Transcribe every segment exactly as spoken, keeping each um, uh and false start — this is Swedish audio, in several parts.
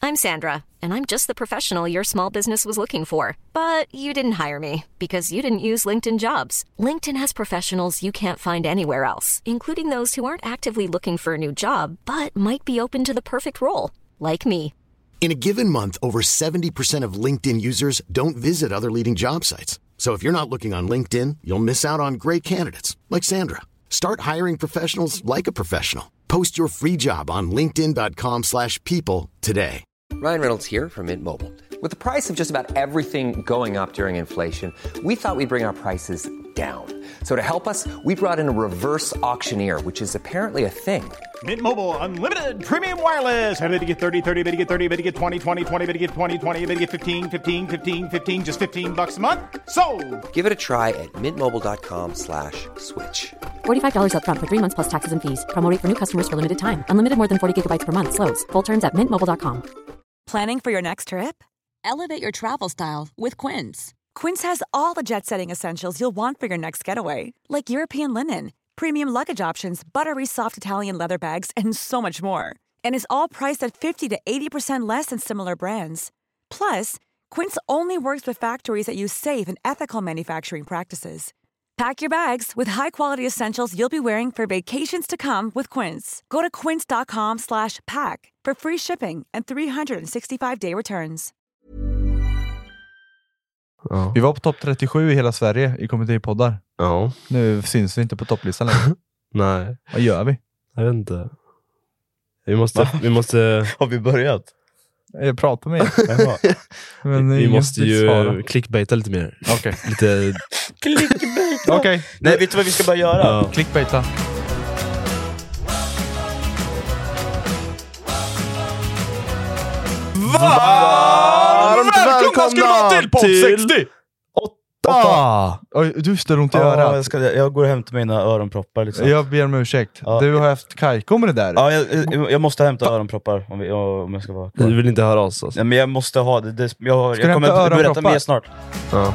I'm Sandra, and I'm just the professional your small business was looking for. But you didn't hire me because you didn't use LinkedIn Jobs. LinkedIn has professionals you can't find anywhere else, including those who aren't actively looking for a new job, but might be open to the perfect role, like me. In a given month, over seventy percent of LinkedIn users don't visit other leading job sites. So if you're not looking on LinkedIn, you'll miss out on great candidates like Sandra. Start hiring professionals like a professional. Post your free job on linkedin dot com slash people today. Ryan Reynolds here from Mint Mobile. With the price of just about everything going up during inflation, we thought we'd bring our prices down. So to help us, we brought in a reverse auctioneer, which is apparently a thing. Mint Mobile Unlimited Premium Wireless. How to get thirty, thirty, how to get thirty, how to get twenty, twenty, twenty, how to get twenty, twenty, how to get fifteen, fifteen, fifteen, fifteen, just fifteen bucks a month? Sold! Give it a try at mintmobile.com slash switch. forty-five dollars up front for three months plus taxes and fees. Promo rate for new customers for limited time. Unlimited more than forty gigabytes per month. Slows full terms at mint mobile dot com. Planning for your next trip? Elevate your travel style with Quince. Quince has all the jet-setting essentials you'll want for your next getaway, like European linen, premium luggage options, buttery soft Italian leather bags, and so much more. And is all priced at fifty to eighty percent less than similar brands. Plus, Quince only works with factories that use safe and ethical manufacturing practices. Pack your bags with high-quality essentials you'll be wearing for vacations to come with Quince. Go to quince.com slash pack for free shipping and three sixty-five day returns. Ja. Vi var på topp trettiosju i hela Sverige i komedipoddar. Ja. Nu syns vi inte på topplistan längre. Nej. Vad gör vi? Jag vet inte. Vi måste... vi måste... Har vi börjat? Jag pratar med er. Men vi måste ju svara. clickbaita lite mer. Okej. Okay. Lite... clickbaita? Okej. Okay. Nej, vet du vad vi ska bara göra? Ja. Clickbaita. Varmt välkomna till Pop sextio! åtta! Oj, du står ont i ja, örat. jag, ska, jag går och hämtar mina öronproppar liksom. Jag ber om ursäkt. Ja. Du har haft kajko med det där. Ja, jag, jag måste hämta öronproppar om, vi, om jag ska vara kvar. Du vill inte höra oss alltså. Ja, men jag måste ha det, det jag, har, jag kommer att berätta mer snart. Ja.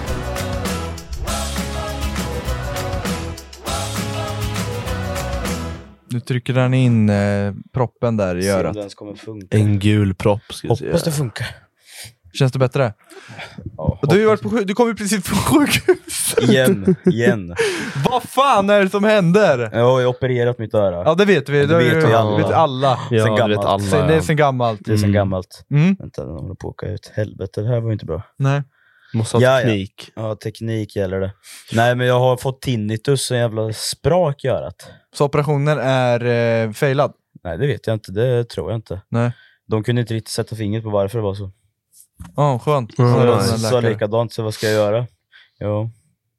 Nu trycker den in eh, proppen där i örat. Den kommer funka. En gul propp ska jag Hoppas det funkar. Känns det bättre? Ja, du, har ju varit på sjuk- du kom ju precis från sjukhus. Igen, igen. Vad fan är det som händer? Jag har ju opererat mitt öra. Ja, det vet vi. Det, det vet, ju, vi alla. vet alla. Ja, sen det vet alla. Sen, det är sen gammalt. Det är sen Mm. gammalt. Mm. Vänta, den håller på att åka ut. Helvete, det här var ju inte bra. Nej. Måste ha Ja, teknik. Ja. ja, teknik gäller det. Nej, men jag har fått tinnitus och en jävla sprak i örat. Så operationen är eh, failad? Nej, det vet jag inte. Det tror jag inte. Nej. De kunde inte riktigt sätta fingret på varför det var så. Ja, oh, skönt. Mm. Så, Mm. så, så likadant, så vad ska jag göra? Jo.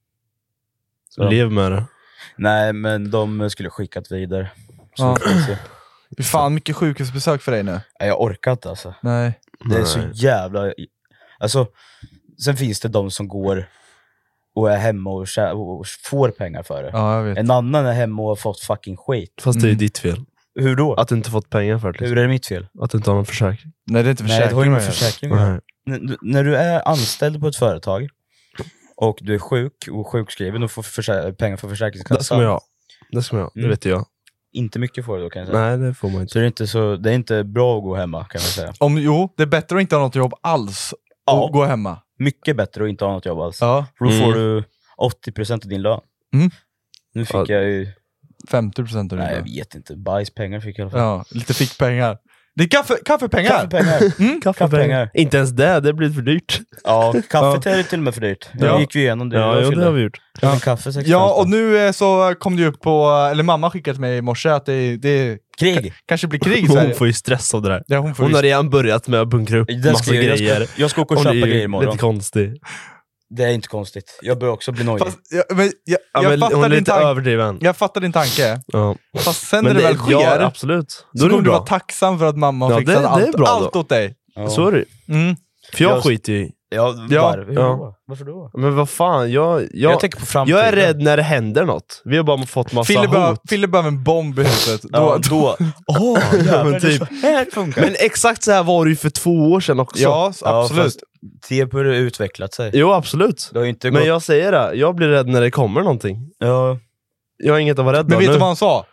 Så. Lev med det. Nej, men de skulle skickat vidare. Så Ja. får vi se. Hur fan mycket sjukhusbesök för dig nu? Nej, jag orkar inte alltså. Nej. Det är Nej. så jävla... Alltså, sen finns det de som går och är hemma och, kä- och får pengar för det. Ja, jag vet. En annan är hemma och har fått fucking skit. Fast det är ju Mm. ditt fel. Hur då? Att du inte fått pengar för det. Hur Liksom. är det mitt fel? Att du inte har någon försäkring. Nej, det är inte Nej, det har försäkring. ingen med det. försäkring. Nej. N- när du är anställd på ett företag och du är sjuk och sjukskriven och får försä- pengar för Det försäkringskassan. ska man ha. Det ska man ha. Det Mm. vet jag. Inte mycket får du då, kan jag säga. Nej, det får man inte. Så det är inte så, det är inte bra att gå hemma, kan man säga. Om, jo, det är bättre att inte ha något jobb alls och Ja. gå hemma. Mycket bättre att inte ha något jobb alls. Ja. För då får Mm. du åttio procent av din lön. Mm. Nu fick Ja. jag ju, femtio procent av nej jag det. vet inte, bajspengar fick jag i alla fall. Ja, lite fickpengar. Det är kaffe, kaffepengar! Kaffepengar. Mm. Kaffepengar. Inte ens det, det blir för dyrt. Ja, kaffet är till och med för dyrt. Det Ja. gick vi igenom det. Ja, jag jo, fyllde. det har vi gjort. Ja. En kaffe sex Ja, och spänn. nu eh, så kom det ju upp på, eller mamma skickade till mig i morse att det, det Krig. k- kanske blir krig i Hon Sverige. får ju stress av det där. Ja, hon får Hon ju- har redan börjat med att bunkra upp Den massa ska jag, jag, grejer. ska, jag ska åka och Hon köpa är ju grejer imorgon. lite konstig. Det är inte konstigt. Jag börjar också bli nojig. Fast, jag, men, jag, Ja, jag, men fattar hon är din lite tank- överdriven. jag fattar din tanke. Ja. Fast sen Men när det, väl sker, ja, absolut. Då så är det kommer du bra. vara tacksam för att mamma har Ja, fixat det- det är allt, bra då. allt åt dig. Ja. Så är det. Mm. För jag Jag- skiter ju i. Ja, Ja. var, hur Ja. då? Varför då? Men vad fan, jag, jag, Jag tänker på framtiden. jag är rädd när det händer något. Vi har bara fått massa Fille, behöver, hot. Fille behöver en bomb i huvudet. Ja, Då, då. Åh, ja, men typ. Här funkar Men exakt så här var det ju för två år sedan också. ja, absolut. fast det börjar utvecklat sig. Jo, absolut. Det har ju inte Men gått... jag säger det, jag blir rädd när det kommer någonting. Ja, Jag har inget att vara rädd Men av vet nu. du vad han sa?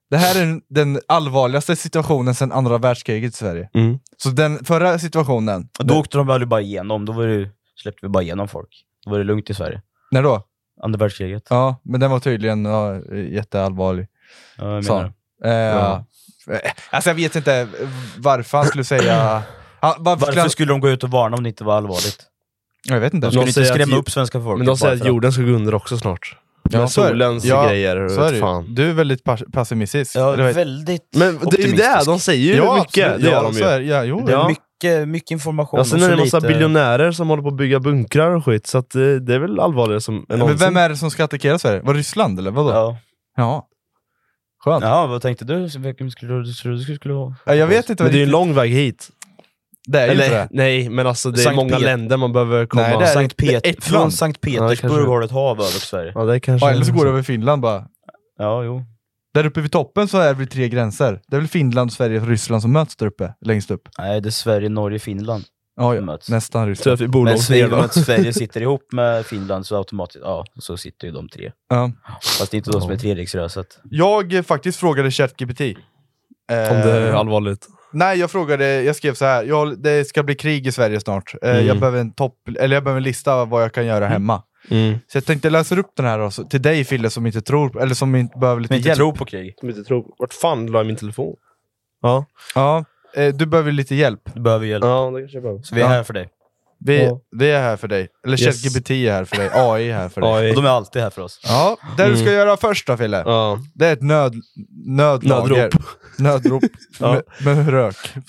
Det här är den, den allvarligaste situationen sedan andra världskriget i Sverige. Mm. Så den förra situationen... Och då åkte de väl bara igenom, då var det, släppte vi bara igenom folk. Då var det lugnt i Sverige. När då? Andra världskriget. Ja, men den var tydligen ja, jätteallvarlig. Ja, jag Så. menar. Eh, ja. Alltså jag vet inte varför han skulle säga... Han, varför, Varför skulle han... skulle de gå ut och varna om det inte var allvarligt? Jag vet inte. De skulle inte skrämma att, upp svenska folk. Men de säger att jorden ska gå under också snart. Ja, med solens ja, grejer. Så är det. Fan. Du är väldigt pessimistisk. Ja, vet... väldigt Men det är ju det, de säger ju ja, mycket. Absolut. Det ja, gör de ju. Är, ja, jo, det är ja. mycket, mycket information. Ja, sen är det en massa lite... biljonärer som håller på att bygga bunkrar och skit. Så att det, det är väl allvarligare som Men någonsin. Vem är det som ska attackera Sverige? Var det Ryssland eller vadå? Ja. Ja. Skönt. Ja, vad tänkte du? Vilken skulle du skulle, skulle, skulle vara? Ja, jag vet inte. Men det är ju en lång väg hit. Det är ju Eller, inte det. Nej, men alltså det är Sankt många Pet- länder man behöver komma. Nej, det är Sankt Pet- ett Från land. Sankt Ja, Petersburg kanske- har du ett hav över Sverige. Ja, det kanske Ja, eller så går det över Finland bara. Ja, jo. Där uppe vid toppen så är det tre gränser. Det är väl Finland, Sverige och Ryssland som möts där uppe, längst upp. Nej, det är Sverige, Norge, Finland. Ja, ja. Möts. Nästan Så Ryssland. att vi bor Men långt Sverige, ner om då. att Sverige sitter ihop med Finland så automatiskt, ja, så sitter ju de tre. Ja. Fast det är inte de som är treriksröset. Jag eh, faktiskt frågade ChatGPT. Eh, Om det är allvarligt. Nej, jag frågade, jag skrev så här. Jag, det ska bli krig i Sverige snart. Eh, Mm. Jag behöver en topp, eller jag behöver en lista av vad jag kan göra hemma. Mm. Så jag tänkte läsa upp den här också, till dig Fille som inte tror, eller som inte behöver lite Men inte hjälp. tror på krig. Som inte tror. Vart fan la jag min telefon? Ja. Ja, eh, du behöver lite hjälp. Du behöver hjälp. Ja, det kanske jag behöver. Så vi är Ja. här för dig. Vi, Ja. vi är här för dig. Eller Yes. ChatGPT är här för dig. A I är här för dig. A I. Och de är alltid här för oss. Ja, det du ska göra först då Fille. Ja. Det är ett nöd, nödlager. Nödrop. Nödrop. Ja. med, med rök. Står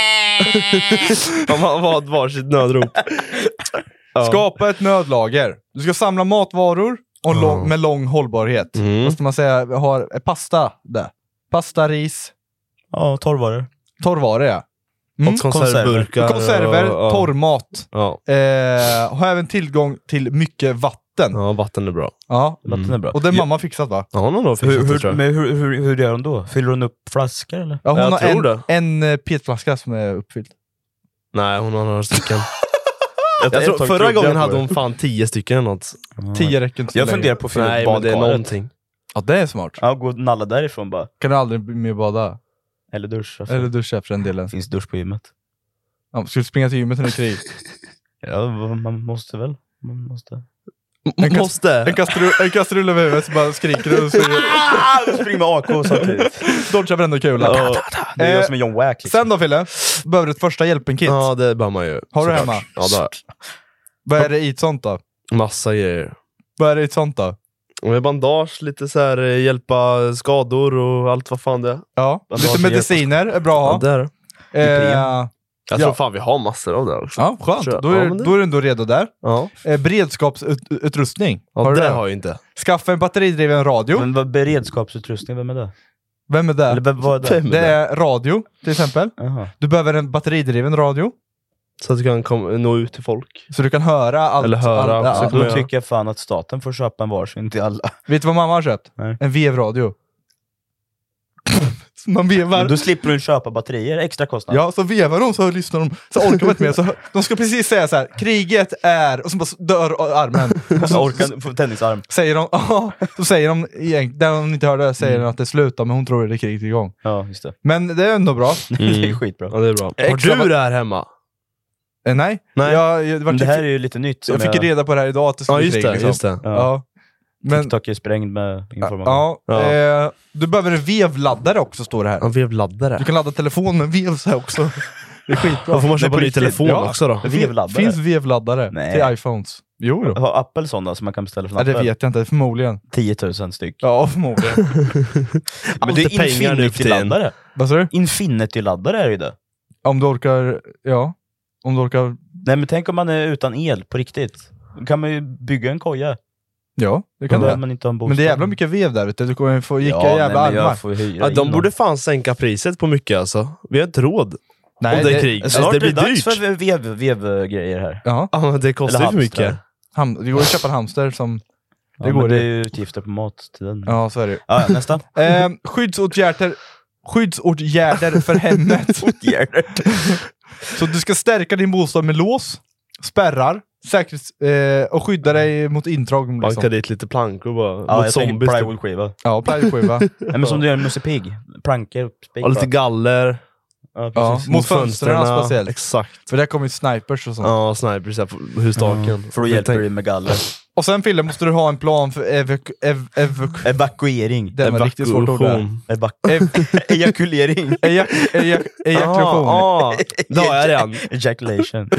det. De har vad varsitt nödrop. Ja. Skapa ett nödlager. Du ska samla matvaror och Ja. lång, med lång hållbarhet. Mm. Vad ska man säga? Vi har eh, pasta där. Pasta, ris, Ja, torrvaror. torrvaror ja. Mm. Och konservburkar. Konserver, och, ja. torrmat. Ja. Eh, har även tillgång till mycket vatten. Ja, vatten är bra. Ja. Vatten är bra. Och det är mamma fixat va? Ja, hon har nog fixat Hur, det, hur, tror jag. men hur, hur, hur gör hon då? Fyller hon upp flaskor eller? Ja, hon Jag har tror en, det. en eh, petflaska som är uppfylld. Nej, hon har några stycken. Jag jag tror, tag förra trodde gången jag på hade det. hon fan tio stycken eller något. Tio räcker inte så Jag länge. funderar på att fylla upp Nej, men det är badkaret. någonting. Ja, det är smart. Ja, gå och nalla därifrån bara. Kan du aldrig bli med och bada? Eller duscha. Eller duscha för den delen. Det finns dusch på gymmet. Ja, ska du springa till gymmet när det är krig? Ja, man måste väl. Man måste. En, kas- Måste. en, kastrull, en kastrull över huvudet så bara skriker du och springer. Ah, springer med A K samtidigt. Dodgar varenda kula. Ja, det är jag Eh, som är John Wack. Liksom. Sen då Fille, behöver du ett första hjälpen-kit. Ja, det bör man ju. Har du såklart. hemma? Ja, det har Vad är det i ett sånt då? jag. Massa grejer. Vad är det i ett sånt då? Och med bandage, lite så här eh, hjälpa skador och allt vad fan det är. Ja, Vad lite har vi mediciner är bra Ja, att det ha. är det. Eh, Jag Ja. tror fan vi har massor av det också. ja, skönt. Tror jag. Då är, Ja, men det- då är du ändå redo där. Ja, Eh, beredskapsutrustning. ja har du det det? har jag inte. Skaffa en batteridriven radio. Men vad beredskapsutrustning, vem är det? Vem är det? Eller vem- vad är det? Det är radio till exempel. Jaha. Du behöver en batteridriven radio. Så att du kan kom, nå ut till folk. Så du kan höra allt. Eller höra allt, också. ja. Så Ja. då tycker jag fan att staten får köpa en varsin till alla. Vet du vad mamma har köpt? Nej. En vevradio. Så man vevar. Men då slipper du köpa batterier, extra kostnad. Ja, så vevar de så lyssnar de, så orkar man inte mer. Så hör- de ska precis säga så här: kriget är, och så bara dör armen. Och Jag så orkar få tennisarm. säger de, ja, så säger de, igen- där de inte hörde, säger Mm. de att det slutar, men hon tror att det är kriget igång. Ja, just det. Men det är ändå bra. Det är skitbra. Ja, det är bra. Har Extra- du det här hemma? Eh, nej, Nej. Jag, jag, det var Men det här är ju lite nytt. som jag fick ju reda på det här idag att det skulle Ja, bli just krig. det. liksom. Just det. Ja. Ja. Men, TikTok är sprängd med information. ja, Ja. eh, du behöver en vevladdare också, står det här. Ja, vevladdare. Du kan ladda telefon med vev så här också. Det är skitbra. Då får man Det är köpa på en ny riktigt. telefon Ja. också då. Det Vevladdare? finns vevladdare Nej. till iPhones. Jo då. Har Apple sådana som man kan beställa från Ja, det Apple? vet jag inte, förmodligen. tio tusen styck. Ja, förmodligen. Men det är Allt är pengar nu för tiden. Infinity-laddare. Vad sa du? Infinity-laddare är ju det. Om du orkar, ja. Om du orkar, Nej, men tänk om man är utan el på riktigt. Då kan man ju bygga en koja. ja, det Då kan behöver du. man inte ha en bostad. Men det är jävla mycket vev där, vet du. Du kommer få gicka ja, jävla nej, men armar. jag får hyra Ja, in de dem. borde fan sänka priset på mycket alltså. Vi har inte råd. Nej, om det är krig. Snart Alltså, det är det blir dags dyrt. för vev, vevgrejer här. Ja, Ja, men det kostar ju för hamstrar. mycket. ham- det går att köpa en hamster som... Ja, Det men går det det. är ju utgifter på mat till den. Ja, så är det ju. Ja, ja, nästa. Eh, skyddsåtgärder, skyddsåtgärder för hemmet. Åtgärder. Så du ska stärka din bostad med lås, spärrar, säkerhets, eh, och skydda dig mot intrång. Liksom. Banka dit lite plank och bara... Ja, mot jag tänker zombies. plywoodskiva. Ja, plywoodskiva. Nej, men som du gör med Musse Pig. Plankor, spik. Ja, lite galler. Ja, Ja, precis. mot fönstren speciellt. Exakt. För där kommer ju snipers och sånt. Ja, snipers här på hustaken. Mm. För då hjälper du med galler. Och sen Fille, måste du ha en plan för evaku- ev- evaku- Evakuering. Det var riktigt svårt ord där. Evaku- Ev- Ejakulering. Ejak- ejak- Ejakulation. Ah, ah, det har jag redan. Ejaculation.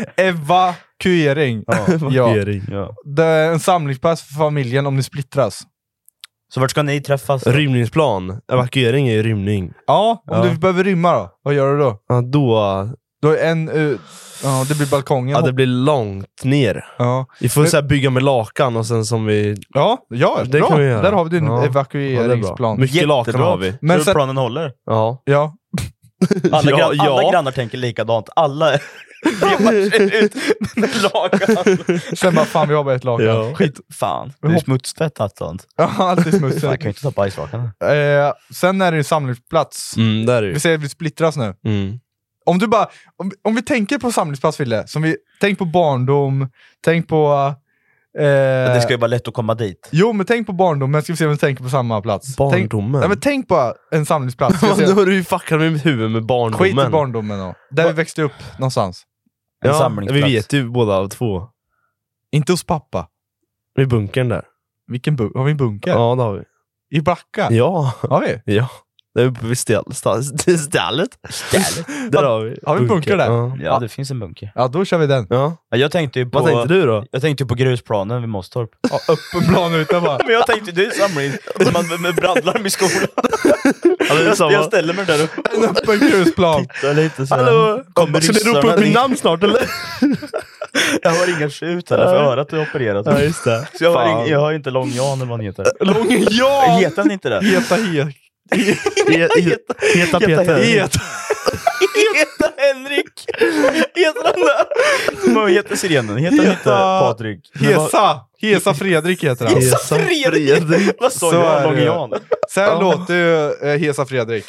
Evakuering. Ja. Evakuering. Ja. Det är en samlingsplats för familjen om ni splittras. Så vart ska ni träffas? Rymningsplan. Evakuering är ju rymning. Ja, om Ja. du behöver rymma då, vad gör du då? Ja, då... Då är en... Uh, ja, det blir balkongen. Ja, det blir långt ner. Ja. Vi får Men- så här bygga med lakan och sen som vi... Ja, ja, Det bra. kan vi göra. Där har vi din Ja. Ja, det är evakueringsplan. bra. Mycket lakan har vi. Men Men sen- planen håller. Ja. Ja. Alla, Ja, gran- alla ja. grannar tänker likadant. Alla vevar ut med lakan. Sen bara, fan vi har bara ett lakan. Ja. Skit. Fan, det är smutstvättat sånt. Ja, alltid Fan, smutsigt. jag kan ju inte ta bajslakan. Eh, sen är det en samlingsplats. Mm, där är det. Vi säger att vi splittras nu. Mm. Om du bara, om, om vi tänker på samlingsplats, Ville, som vi, tänk på barndom, tänk på... Eh, Det ska ju vara lätt att komma dit. Jo, men tänk på barndom, men ska vi se om vi tänker på samma plats. Barndomen? Tänk, ja, men tänk på en samlingsplats. Ska vi Nu se, har du ju fuckat med mitt huvud med barndomen. skit i barndomen då. Där vi växte upp någonstans. En Ja, samlingsplats. vi vet ju båda av två. Inte hos pappa. Vid bunkern där. Vilken bu- har vi en bunker? Ja, det har vi. I Backa? Ja. Har vi? Ja. Det är uppe vid ställ, stall, stallet. Stället. Där har vi. Har vi bunker där? Ja. Ja, det finns en bunker. Ja, då kör vi den. Ja. Ja, jag tänkte ju på... Vad tänkte du då? Jag tänkte ju på grusplanen vid Mostorp. Ja, öppen plan ute bara. Men jag tänkte, det är samling man med brandlarm i skolan. Ja, det är samma. Jag ställer mig där uppe. En öppen grusplan. Tittar lite så här. Hallå! Kommer Ska ni ropa ryssarna upp mitt in? namn snart eller? Jag har inga skjut eller för jag hör att du är opererat. Ja, just det. Så jag har, Fan. ing, jag har inte lång Jan eller vad han heter. Lång ja! Heter han inte det? Heta het. Heta, heta Peter. Het. Heter Henrik! Heter han det? Vad heter sirenen? Heter han inte Heta- Patrik? Men vad- Hesa. Hesa Fredrik heter han. Hesa Fredrik! Vad sa Så jag? är Lång det. Jan? Så här låter ju eh, Hesa Fredrik.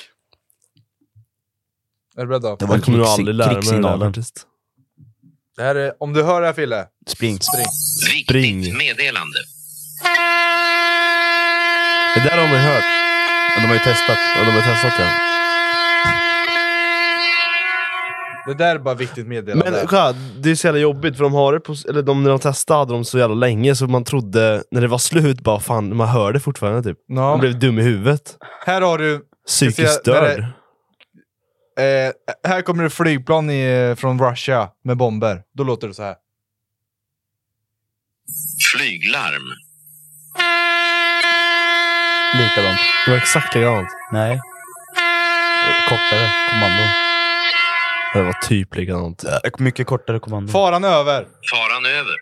Är du beredd då? Det var Jag kommer nog krigs- aldrig lära mig det där krigssignalen. faktiskt. Det här är, om du hör det här, Fille. Spring. Spring. Spring. Meddelande. Det där har man ju hört. Ja, de har ju testat. Ja, de har testat det. Det där är bara viktigt meddelande. Men kolla, det är så jävla jobbigt för de har det på, eller de, när de testade hade de så jävla länge så man trodde när det var slut bara fan, man hör det fortfarande typ. Ja. Man blev dum i huvudet. Här har du... Psykiskt Ska se, när störd. Eh, här kommer det flygplan i, från Russia med bomber. Då låter det så här. Flyglarm. Likadant. Det var exakt likadant. Nej. Kortare kommando. Det var typ likadant. Mycket kortare kommando. Faran över. Faran över.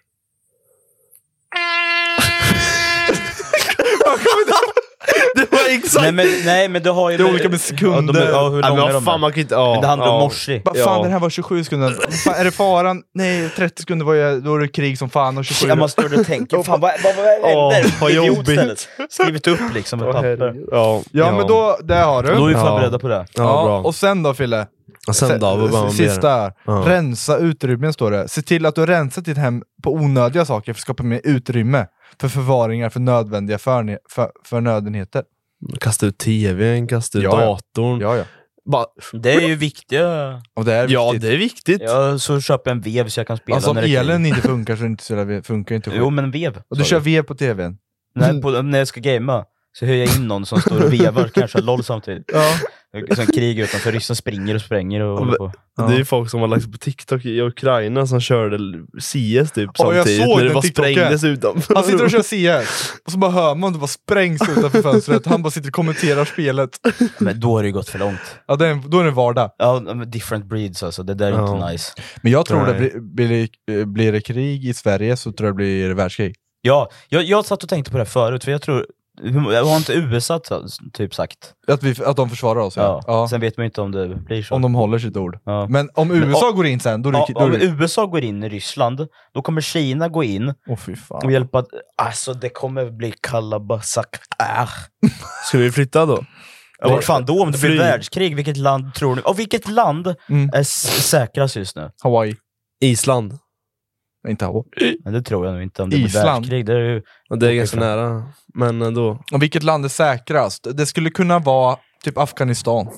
Det var exakt. Nej men, nej men du har ju... Det är olika med sekunder. Ja, de, ja hur Ja, långa men är vad de fan är? man kan inte... Ja, Men det handlar ja. om morse. Vad fan, den här var tjugosju sekunder. Vad fan, är det faran? Nej, trettio sekunder var jag, då är det krig som fan och tjugosju. Jag måste stå och tänka, fan vad, vad, vad Åh, händer? vad Idiot jobbigt. stället. Skrivit upp liksom ett Åh, papper. herregud. Ja, Ja, men då, där har du. Då är vi Ja. förberedda på det. Ja, Ja, bra. och sen då, Fille? Och sen då, vad behöver man Sista mer? här. Ja. Rensa utrymmen, står det. Se till att du rensar ditt hem på onödiga saker för att skapa mer utrymme för förvaringar för nödvändiga förne- för, förnödenheter. Kasta ut tvn, kasta ut Ja, ja. datorn. Ja, ja. Bara, Det är ju viktiga... Och det är ja, viktigt. det är viktigt. Ja, så köper jag en vev så jag kan spela Alltså om när det är elen krig. inte funkar så är det inte så jävla- funkar inte skit. Jo men en vev. Och du sa kör vev på tvn. Nej, på, när jag ska gamea så hör jag in någon som står och vevar, kanske LOL samtidigt. Ja. Som krig utanför, ryssen springer och spränger och håller på. Det är ju folk som har lagt på TikTok i Ukraina som körde C S typ Ja, jag samtidigt såg när det den bara TikToken. sprängdes utanför. Han sitter och kör C S och så bara hör man det bara sprängs utanför fönstret. Han bara sitter och kommenterar spelet. Men då har det ju gått för långt. Ja, det är, då är det vardag. Ja, men different breeds alltså, det där är Ja. inte nice. Men jag tror Nej. det blir, blir, det- blir det krig i Sverige så tror jag det blir världskrig. Ja, jag, jag satt och tänkte på det här förut, för jag tror, jag har inte U S A t- typ sagt. Att, vi, att de försvarar oss, ja. Ja. Ja. Sen vet man inte om det blir så. Om de håller sitt ord. Ja. Men om Men U S A om- går in sen, då är det... Ja, då är om det U S A går in i Ryssland, då kommer Kina gå in Åh fy fan. och hjälpa... Alltså det kommer bli kalabassak. Äh. Ska vi flytta då? Ja, vad fan då om det blir Fly. världskrig, vilket land tror ni? Och vilket land Mm. är s- säkrast just nu? Hawaii. Island. Inte ha. Men det tror jag nog inte. Om det är Island. världskrig, det är ju... Det är ganska nära, men ändå. Och vilket land är säkrast? Det skulle kunna vara typ Afghanistan.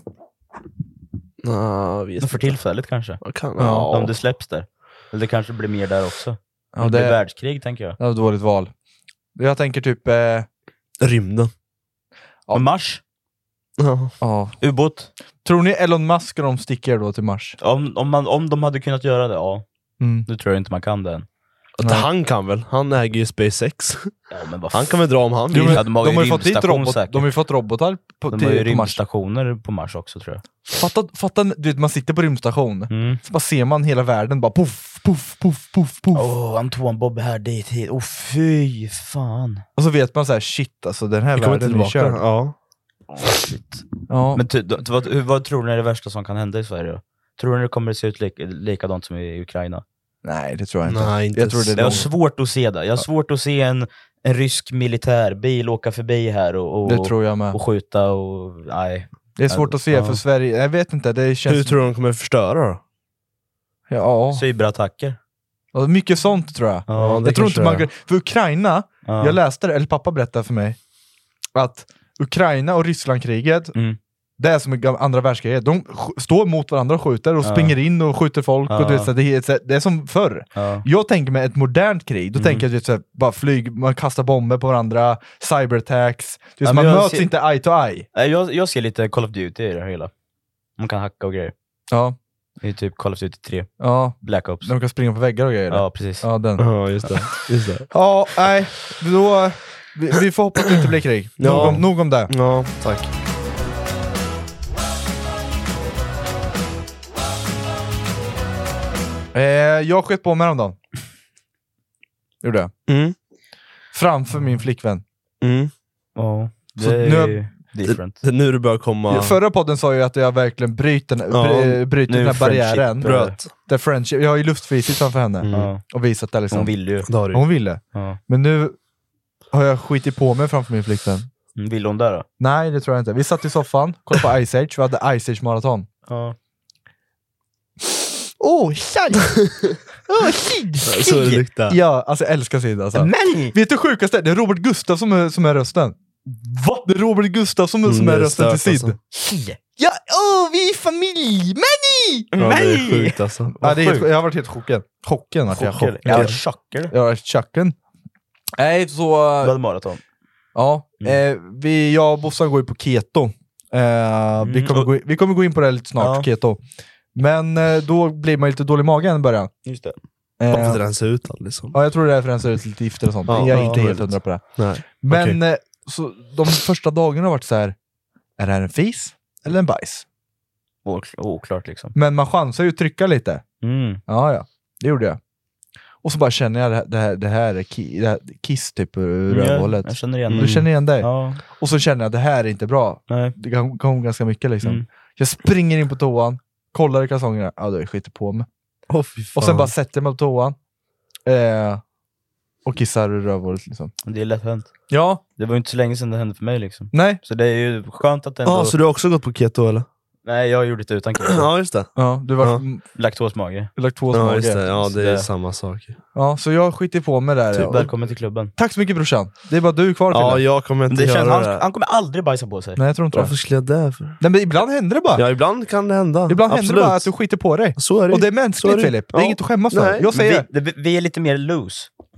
Nah, vet För tillfället kanske. Kan, Ja. ja. Om det släpps där. Eller det kanske blir mer där också. Ja, Om det det- blir världskrig, tänker jag. Det var ett dåligt val. Jag tänker typ... Eh, Rymden. Ja. Och Mars? Ja. ja. Ubåt? Tror ni Elon Musk och de sticker då till Mars? Om, om, man, om de hade kunnat göra det, ja. Mm. Nu tror jag inte man kan det än. Att han kan väl? Han äger ju SpaceX. Ja, men vad Han kan väl dra om han Jo, vill. men Ja, de har de, ju har ju fått dit rymdstation robot, säkert. de har ju fått robotar på, De till, har ju på Mars. rymdstationer på Mars också, tror jag. Fatta, fatta, du vet, man sitter på rymdstation, Mm. så bara ser man hela världen bara puff, puff, puff, puff, puff. Åh, oh, Antoine Bob här dit hit. Åh, oh, fy fan. Och så vet man så här, shit alltså den här Jag kommer inte världen är tillbaka. körd. Ja. Oh, shit. Ja. Men ty, då, vad, hur- vad tror ni är det värsta som kan hända i Sverige då? Tror ni det kommer att se ut lik, likadant som i Ukraina? Nej, det tror jag inte. Nej, inte jag tror det är Jag har långt. svårt att se det. Jag har svårt att se en, en rysk militärbil åka förbi här och, och, Det tror jag med. och skjuta och... Nej. Det är svårt att se Ja. för Sverige. Jag vet inte, det känns... Hur tror du de kommer förstöra då? Ja, Cyberattacker. ja, mycket sånt tror jag. Ja, det jag tror inte kanske man... är. För Ukraina, Ja. jag läste det, eller pappa berättade för mig, att Ukraina och Rysslandkriget, Mm. det är som i gam- andra världskriget. De sk- står mot varandra och skjuter och Ja. springer in och skjuter folk. Ja. Och du vet, så det, är, så- det är som förr. Ja. Jag tänker mig ett modernt krig, då Mm. tänker jag du vet, så här, bara flyg, man kastar bomber på varandra, cyberattacks. Du vet, Ja, man men jag möts ser- inte eye to eye. Nej, Jag, jag ser lite Call of Duty i det hela. Man kan hacka och grejer. Ja, Det är typ Call of Duty tre. ja. Black Ops. De kan springa på väggar och grejer. Ja, precis. Ja, den. Ja, just det. Just det. Ja, nej. Då, vi, vi får hoppas att det inte blir krig. Nog, Ja. om, nog om det. Ja, tack. Eh, jag sköt på mig häromdagen. Gjorde jag. Mm. Framför min flickvän. Mm. Ja, det Så är nu- ju different. Det är nu det börjar komma... Förra podden sa ju att jag verkligen bryter, Ja, bry, bryter nu den här friendship barriären. bröt. The friendship. Jag har ju luftfrisit framför henne. Mm. Ja. Och visat det liksom. Hon vill ju. Det har du. Hon ville. Ja. Men nu har jag skitit på mig framför min flickvän. Mm, Vill hon där då? Nej, det tror jag inte. Vi satt i soffan, kollade på Ice Age. Vi hade Ice Age-maraton. Ja. Åh, tjej! Åh, Sid! Så det luktar. Ja, alltså jag älskar Sid alltså. Men! Vet du sjukaste? Det är Robert Gustaf som är, som är rösten. Va? Det är Robert Gustaf som, som Mm, är det är rösten till stört, Sid. alltså. Ja, åh, vi är familj! Manny! Ja, det är sjukt alltså. Ja, det är, sjukt. jag har varit helt chockad. Chocken vart jag. Chocker. Chockad. Ja, chocker. Jag har varit chocken. Nej, så... Du hade maraton. Ja, eh, vi, jag och Bossan går ju på keto. Eh, vi, kommer och- gå in, vi kommer gå in på det lite snart, Ja. keto. Men eh, då blir man lite dålig i magen i början. Just det. Eh, Bara för att rensa ut allt liksom. ja, jag tror det är därför den ser ut lite gifter och sånt. Ja, jag är ja, inte helt möjligt. hundra på det. Nej. Men eh, så de första dagarna har varit så här: är det här en fis eller en bajs? Ok- Oklart liksom. Men man chansar ju att trycka lite. Mm. Ja, ja. Det gjorde jag. Och så bara känner jag det här, det här, det här är ki, det här, kiss typ ur rövhållet. Jag känner igen Du det. känner igen dig? Ja. Och så känner jag att det här är inte bra. Nej. Det kom, kom ganska mycket liksom. Mm. Jag springer in på toan, kollar i kalsongerna, ja då är jag skiter på mig. Åh, fy fan. Och sen bara sätter mig på toan. Eh, och kissar ur rövhålet liksom. Det är lätt hänt. Ja, Det var ju inte så länge sedan det hände för mig liksom. nej. Så det är ju skönt att det ändå... Ja, så du har också gått på keto eller? Nej, jag gjorde det utan keto. Ja, just det. Ja, du var Ja. ja. Laktosmage. laktosmage. Ja, just det. Ja, det är Det- samma sak. Ja, så jag skiter på mig där. Typ, Och, välkommen till klubben. tack så mycket brorsan. Det är bara du kvar Ja, Fille. jag kommer inte Det känns, göra han, det. han kommer aldrig bajsa på sig. Nej, jag tror inte Varför det. skulle jag det för? Nej, men ibland händer det bara. Ja, ibland kan det hända. Ibland Absolut. händer det bara att du skiter på dig. Så är det. Och det är Så mänskligt är det. Filip. Det är Ja. inget att skämmas för. Nej, Jag säger vi, det, vi är lite mer loose.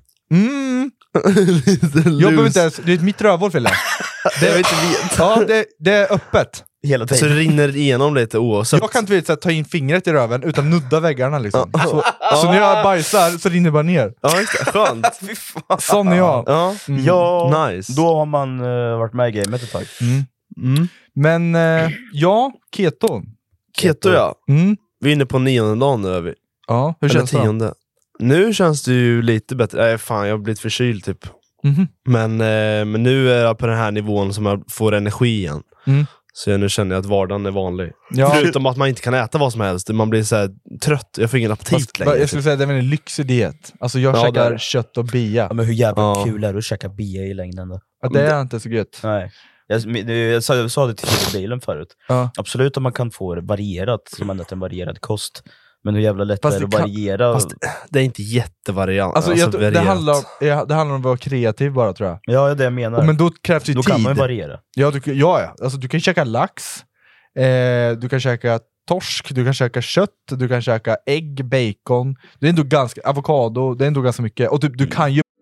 mm. Lite Jag behöver loose. inte ens, det är mitt rövhål Fille. Det, Jag vet inte, ja, det, det är öppet. Hela så tiden. det rinner igenom lite oavsett. Jag kan inte vet, så här, ta in fingret i röven utan nudda väggarna liksom. Så, så när jag bajsar så rinner det bara ner. Ja, just det. Skönt. Fy fan. Sån är jag. Ja. Mm. Ja, Nice. då har man uh, varit med i gamet ett tag. Mm. Mm. Men eh, ja, keto. Keto, ja. Mm. Vi är inne på nionde dagen nu. Är vi. Ja, hur Eller känns det? tionde. Nu känns det ju lite bättre. Nej, fan, jag har blivit förkyld typ. Mhm. Men, eh, men nu är jag på den här nivån som jag får energi igen. Mm. Så jag, nu känner jag att vardagen är vanlig. Ja. Förutom att man inte kan äta vad som helst. Man blir så här trött. Jag får ingen aptit Fast, längre. jag skulle säga att det är en väldigt lyxig diet. Alltså jag Ja, det är käkar det. kött och bia. Ja, men hur jävla Ja. kul är det att käka bia i längden då? Ja, det är inte så gött. Nej. Jag, men det- jag, sa, jag sa det till bilen förut. Ja. Absolut om man kan få det varierat, som ändå en varierad kost. Men hur jävla lätt Fast är det det att kan- variera? Fast det är inte jättevariant. Alltså, alltså, jag, det, varierat. handlar, ja, det handlar om att vara kreativ bara, tror jag. Ja, det är det jag menar. Och, men då krävs ju då tid. kan man ju variera. Ja, du, ja, ja. Alltså, du kan käka lax, eh, du kan käka torsk, du kan käka kött, du kan käka ägg, bacon. Det är ändå ganska, avokado, det är ändå ganska mycket. Och typ, du kan ju...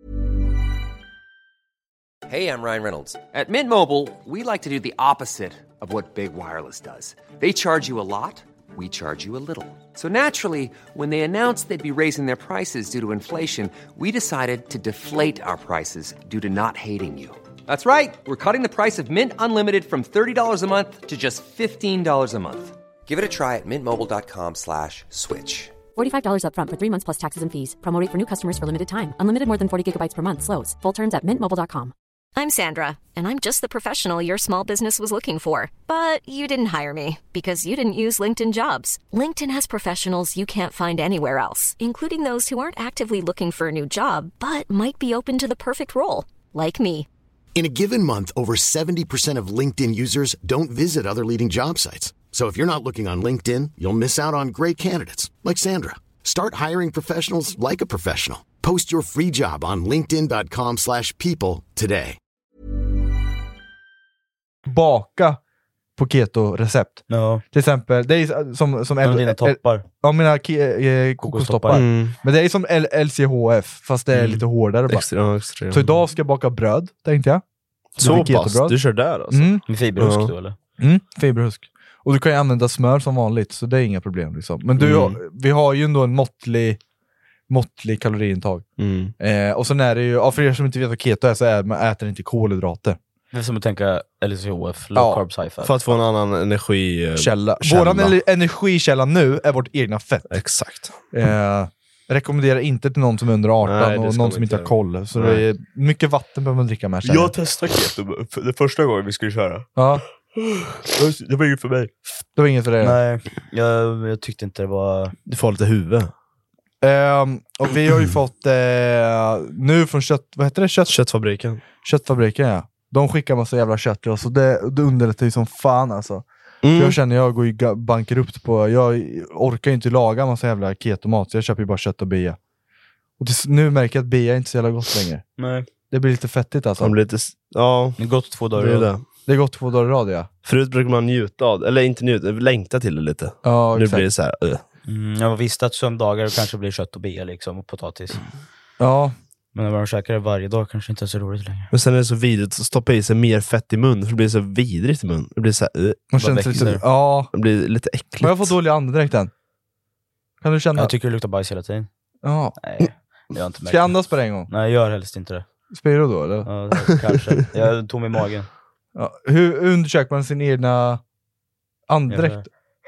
Hey, I'm Ryan Reynolds. At Mint Mobile, we like to do the opposite of what Big Wireless does. They charge you a lot, we charge you a little. So naturally, when they announced they'd be raising their prices due to inflation, we decided to deflate our prices due to not hating you. That's right. We're cutting the price of Mint Unlimited from thirty dollars a month to just fifteen dollars a month. Give it a try at mintmobile.com slash switch. forty-five dollars up front for three months plus taxes and fees. Promo rate for new customers for limited time. Unlimited more than forty gigabytes per month slows. Full terms at mint mobile dot com. I'm Sandra, and I'm just the professional your small business was looking for. But you didn't hire me because you didn't use LinkedIn Jobs. LinkedIn has professionals you can't find anywhere else, including those who aren't actively looking for a new job, but might be open to the perfect role, like me. In a given month, over seventy percent of LinkedIn users don't visit other leading job sites. So if you're not looking on LinkedIn, you'll miss out on great candidates like Sandra. Start hiring professionals like a professional. Post your free job on linkedin dot com slash people today. Baka på keto-recept. Ja. Till exempel, det är som... som L- dina toppar. Ja, mina ke- eh, kokostoppar. Mm. Men det är som L- L C H F, fast det är Mm. lite hårdare bara. Extra, ja, extra. Så idag ska jag baka bröd, tänkte jag. Så Det blir pass? ketobröd. Du kör där alltså? Mm. Med fiberhusk Ja. då eller? Mm, fiberhusk. Och du kan ju använda smör som vanligt, så det är inga problem liksom. Men du, Mm. har- vi har ju ändå en måttlig, måttlig kaloriintag. Mm. Eh, och sen är det ju, ja, för er som inte vet vad keto är, så är man äter inte kolhydrater. Det är som att tänka L C H F, low Ja. carb sci-fi. För att få en annan energi... eh, Källa. källa. Våran ele- energikälla nu är vårt egna fett. Exakt. Eh, rekommenderar inte till någon som är under arton Nej, det och ska någon man som inte inte har koll. Så Nej. det är mycket vatten behöver man dricka med. känner jag. testade keto det första gången vi skulle köra. Ja, Det var inget för mig. det var inget för det. Nej, jag, jag tyckte inte det var... Du får lite huvud. Ehm, och vi har ju fått eh, nu från kött, vad heter det? Kött, Köttfabriken. köttfabriken, ja. De skickar massa jävla kött till oss och det, det underlättar ju som fan alltså. Mm. För jag känner jag går ju ga- bankrupt på, jag orkar ju inte laga massa jävla ketomat, så jag köper ju bara kött och bea. Och tills, nu märker jag att bea är inte så jävla gott längre. Nej. Det blir lite fettigt alltså. Man blir lite... s- Ja, Det har gått två dagar. det är det. Det är gott två dagar i rad, ja. Förut brukar man njuta av, eller inte njuta, längta till det lite. Ja, Nu exakt. blir det så här. Uh. Mm, jag visste att söndagar kanske blir kött och bea liksom, och potatis. Ja, Men när man käkar det varje dag kanske inte är så roligt längre. Men sen är det så vidrigt att stoppa i sig mer fett i mun, för det blir så vidrigt i mun. Det blir så här, uh. man Bara känner sig växer. lite, ja. Det blir lite äckligt. Men jag får dålig andedräkt än. Kan du känna? Jag tycker det luktar bajs hela tiden. Ja. Nej, jag har inte märkt Ska jag det. andas på det en gång? Nej, jag gör helst inte det. Spyr du då eller? Ja, kanske. Jag är tom i magen. Ja. Hur undersöker man sin egna andedräkt?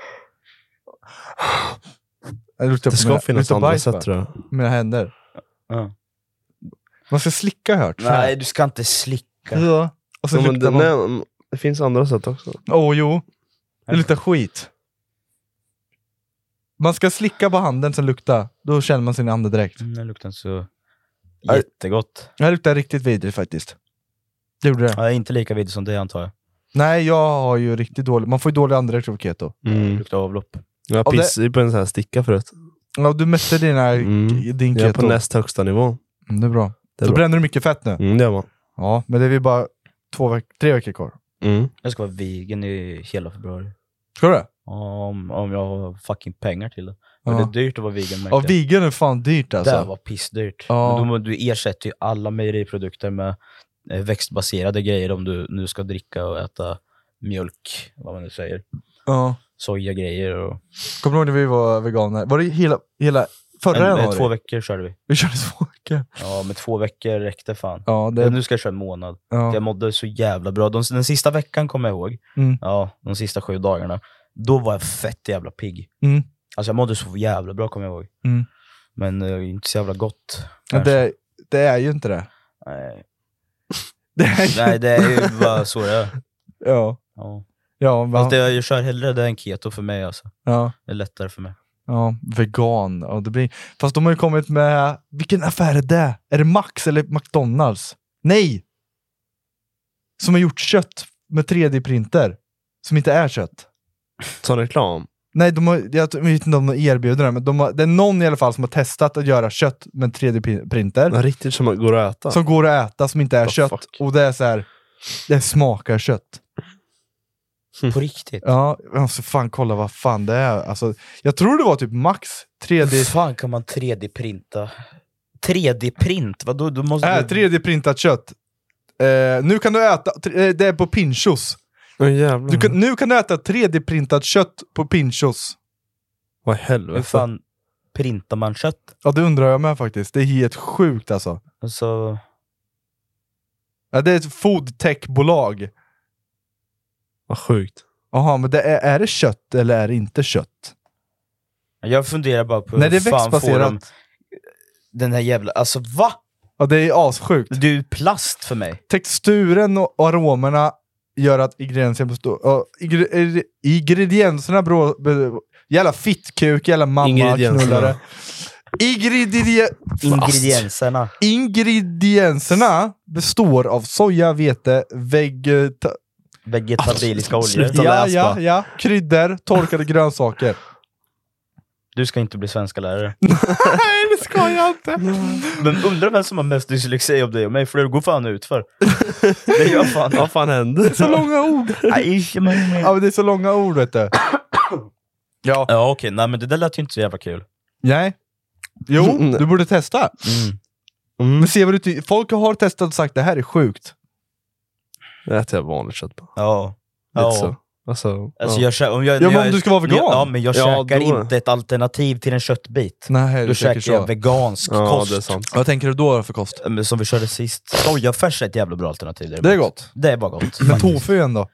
Det, luktar Det på ska mina- finnas luktar andra bajs sätt bara. tror jag. Mina händer. Ja. Man ska slicka hört. så här. Nej, du ska inte slicka. Ja. Och så Ja, men luktar det, man... nej, det finns andra sätt också. Åh jo. Det luktar skit. Man ska slicka på handen som luktar. Då känner man sin andedräkt. Mm, det luktar inte så Nej. jättegott. Det här luktar riktigt vidrigt faktiskt. Det gjorde det. Ja, inte lika vidrig som det antar jag. Nej, jag har ju riktigt dålig... Man får ju dålig andedräkt av keto. Det Mm. luktar avlopp. Jag Och det- pissade ju på en sån här sticka förut. Ja, du mätte dina, Mm. din Jag är keto. på näst högsta nivå. Mm, det är bra. Det är Då bra. bränner du mycket fett nu. Mm, det var. Ja, men det är vi bara två veck- tre veckor kvar. Mm. Jag ska vara vegan i hela februari. Ska du det? Om, om jag har fucking pengar till det. Ja. Men det är dyrt att vara vegan, märkte Ja, jag. vegan är fan dyrt alltså. Det var pissdyrt. Ja. Men då, du ersätter ju alla mejeriprodukter med eh, växtbaserade grejer om du nu ska dricka och äta mjölk, vad man nu säger. Ja. Sojagrejer och... Kommer du ihåg när vi var veganer? Var det hela, hela förra En, januari? eh, två veckor körde vi. Vi körde två veckor. Ja, men två veckor räckte fan. Ja, Det... det... Nu ska jag köra en månad. Ja. Jag mådde så jävla bra. De, den sista veckan kommer jag ihåg. Mm. Ja, de sista sju dagarna. Då var jag fett jävla pigg. Mm. Alltså jag mådde så jävla bra, kommer jag ihåg. Mm. Men eh, inte så jävla gott. Men kanske. det, det är ju inte det. Nej. det är ju... Nej, det är ju bara så det är. Ja. Ja. Ja, men... Fast det, jag kör hellre det än keto för mig alltså. ja. Det är lättare för mig. Ja, vegan. Ja, det blir... Fast de har ju kommit med... Vilken affär är det? Är det Max eller McDonalds? Nej! Som har gjort kött med tre D-printer. Som inte är kött. Sån reklam. Nej, de har, jag vet inte om de erbjuder det, men de har, det är någon i alla fall som har testat att göra kött med en tre D-printer. Ja, riktigt som går att äta. Som går att äta, som inte är The kött. fuck? Och det är så här, det smakar kött. På riktigt? Ja, jag måste fan kolla vad fan det är. Alltså, jag tror det var typ max tre D... Hur fan kan man tre D-printa? tre D-print? Vadå? Du måste... Äh, tre D-printat kött. Eh, nu kan du äta, det är på Pinchos. Oh, jävlar. Du kan, nu kan du äta tre D-printat kött på Pinchos. Vad i helvete? Hur fan printar man kött? Ja, det undrar jag med faktiskt. Det är helt sjukt alltså. Alltså... Ja, det är ett foodtech-bolag. Vad sjukt. Jaha, men det är, är det kött eller är det inte kött? Jag funderar bara på Nej, det är hur fan får växtbaserat. de den här jävla... Alltså, va? Ja, det är assjukt. Du är plast för mig. Texturen och aromerna gör att ingredienserna består... Och ingre- ingredienserna beror... Be, jävla fittkuk, jävla mamma-knullare. Ingredie- Ingredienserna. Ingredienserna består av soja, vete, vegeta... Vegetabiliska oljor. Sluta Ja, läs ja, bara. ja. Kryddor, torkade grönsaker. Du ska inte bli svenska lärare. Nej, det ska jag inte. Men undrar vem som har mest dyslexi av dig och mig, för det går fan ut för. Det gör fan. Vad fan händer? Så långa ord. Ja, men det är så långa ord, vet du. Ja. Ja, okej. Nej, men det där lät ju inte så jävla kul. Nej. Jo, du borde testa. Mm. Mm. Men se vad du ty- folk har testat och sagt det här är sjukt. Det äter jag vanligt kött på. Ja. Lite Ja. så. Alltså, Alltså, ja. jag, kä- om jag, Ja, men jag, om du ska vara vegan. Ja, men jag Ja, käkar då- inte ett alternativ till en köttbit. Nej, Då du käkar käkar jag så. vegansk Ja, kost. det är sant. Vad tänker du då för kost? Men som vi körde sist. Sojafärs är ett jävla bra alternativ. Det är gott. Det var gott. Men faktiskt. tofu ändå.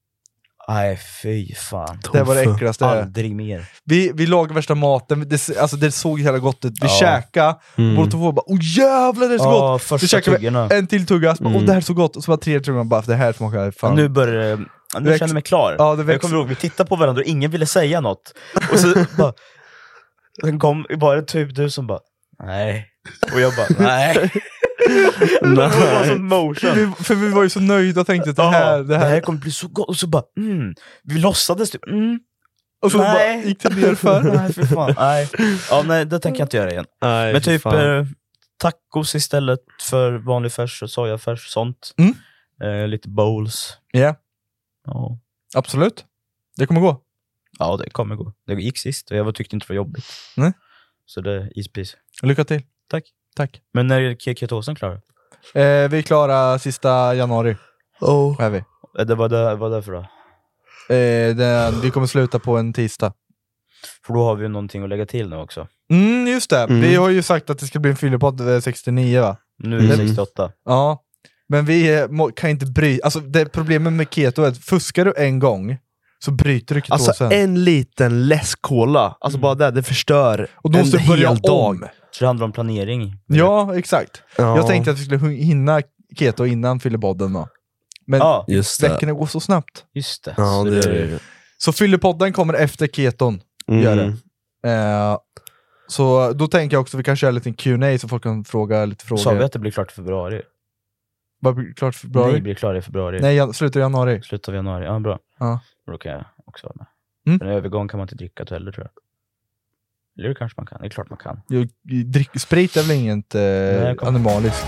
Nej, fy fan. Det var det äckligaste. Aldrig mer. Vi, vi lagade värsta maten, det, alltså det såg hela gott ut. Vi Ja. käkade, Mm. både tofu och bara, åh jävlar det är så Ja, gott! första Så käkade vi tuggorna. en till tugga, så bara, åh Mm. det här är så gott! Och så bara tre tuggar, bara, det här smakar fan. Nu börjar det... Nu Väx- känner jag mig klar. Ja, det jag växer. kommer ihåg, vi tittade på varandra och ingen ville säga något. Och så bara... Den kom bara typ du som bara... Nej. Och jag bara, nej. Det var som motion. vi, för vi var ju så nöjda och tänkte att det Ja, här, det här. kommer bli så gott. Och så bara, mm. Vi låtsades typ, mm. Och så Nej. bara gick det ner för. Nej, för fan. Nej. Ja, nej, det tänker jag inte göra igen. Nej, Men för typ fan. eh, tacos istället för vanlig färs och sojafärs, sånt. Mm. Eh, lite bowls. Ja, Ja. absolut. Det kommer gå. Ja, det kommer gå. Det gick sist och jag var- tyckte inte det var jobbigt. Nej. Så det är ispis. Lycka till. Tack. Tack. Men när är ketosen klar? Eh, vi är klara sista januari. Oh. Är vi. Eh, Det var det, vad är det för då? Eh, den, vi kommer sluta på en tisdag. För då har vi ju någonting att lägga till nu också. Mm, just det. Mm. Vi har ju sagt att det ska bli en fyllepodd eh, sextionio, va? Nu är det Mm. sextioåtta. Ja. Men vi eh, må, kan inte bry... Alltså det problemet med keto är att fuskar du en gång så bryter du ketosen. Alltså en liten läskkola, alltså bara det, det förstör och då måste en du börja hel dag. om. Så det handlar om planering. Ja, exakt. Ja. Jag tänkte att vi skulle hu- hinna keto innan fyllepodden då. Men Ja, Just det. veckorna går så snabbt. just det. Ja, Så det är det. Så fyllepodden kommer efter keton. Mm. Gör det. Eh, så då tänker jag också att vi kan köra lite Q and A så folk kan fråga lite frågor. Sa vi att det blir klart i februari? Vad blir klart för februari? Nej, blir klart i februari. Nej, jan- slutet av januari. Slutet av januari. Ja, bra. Ja. Då kan jag också vara med. Mm. För en övergång kan man inte dricka heller, tror jag. Eller det kanske man kan. Det är klart man kan. Jo, drick, sprit är väl inget eh, Nej, kom. animaliskt.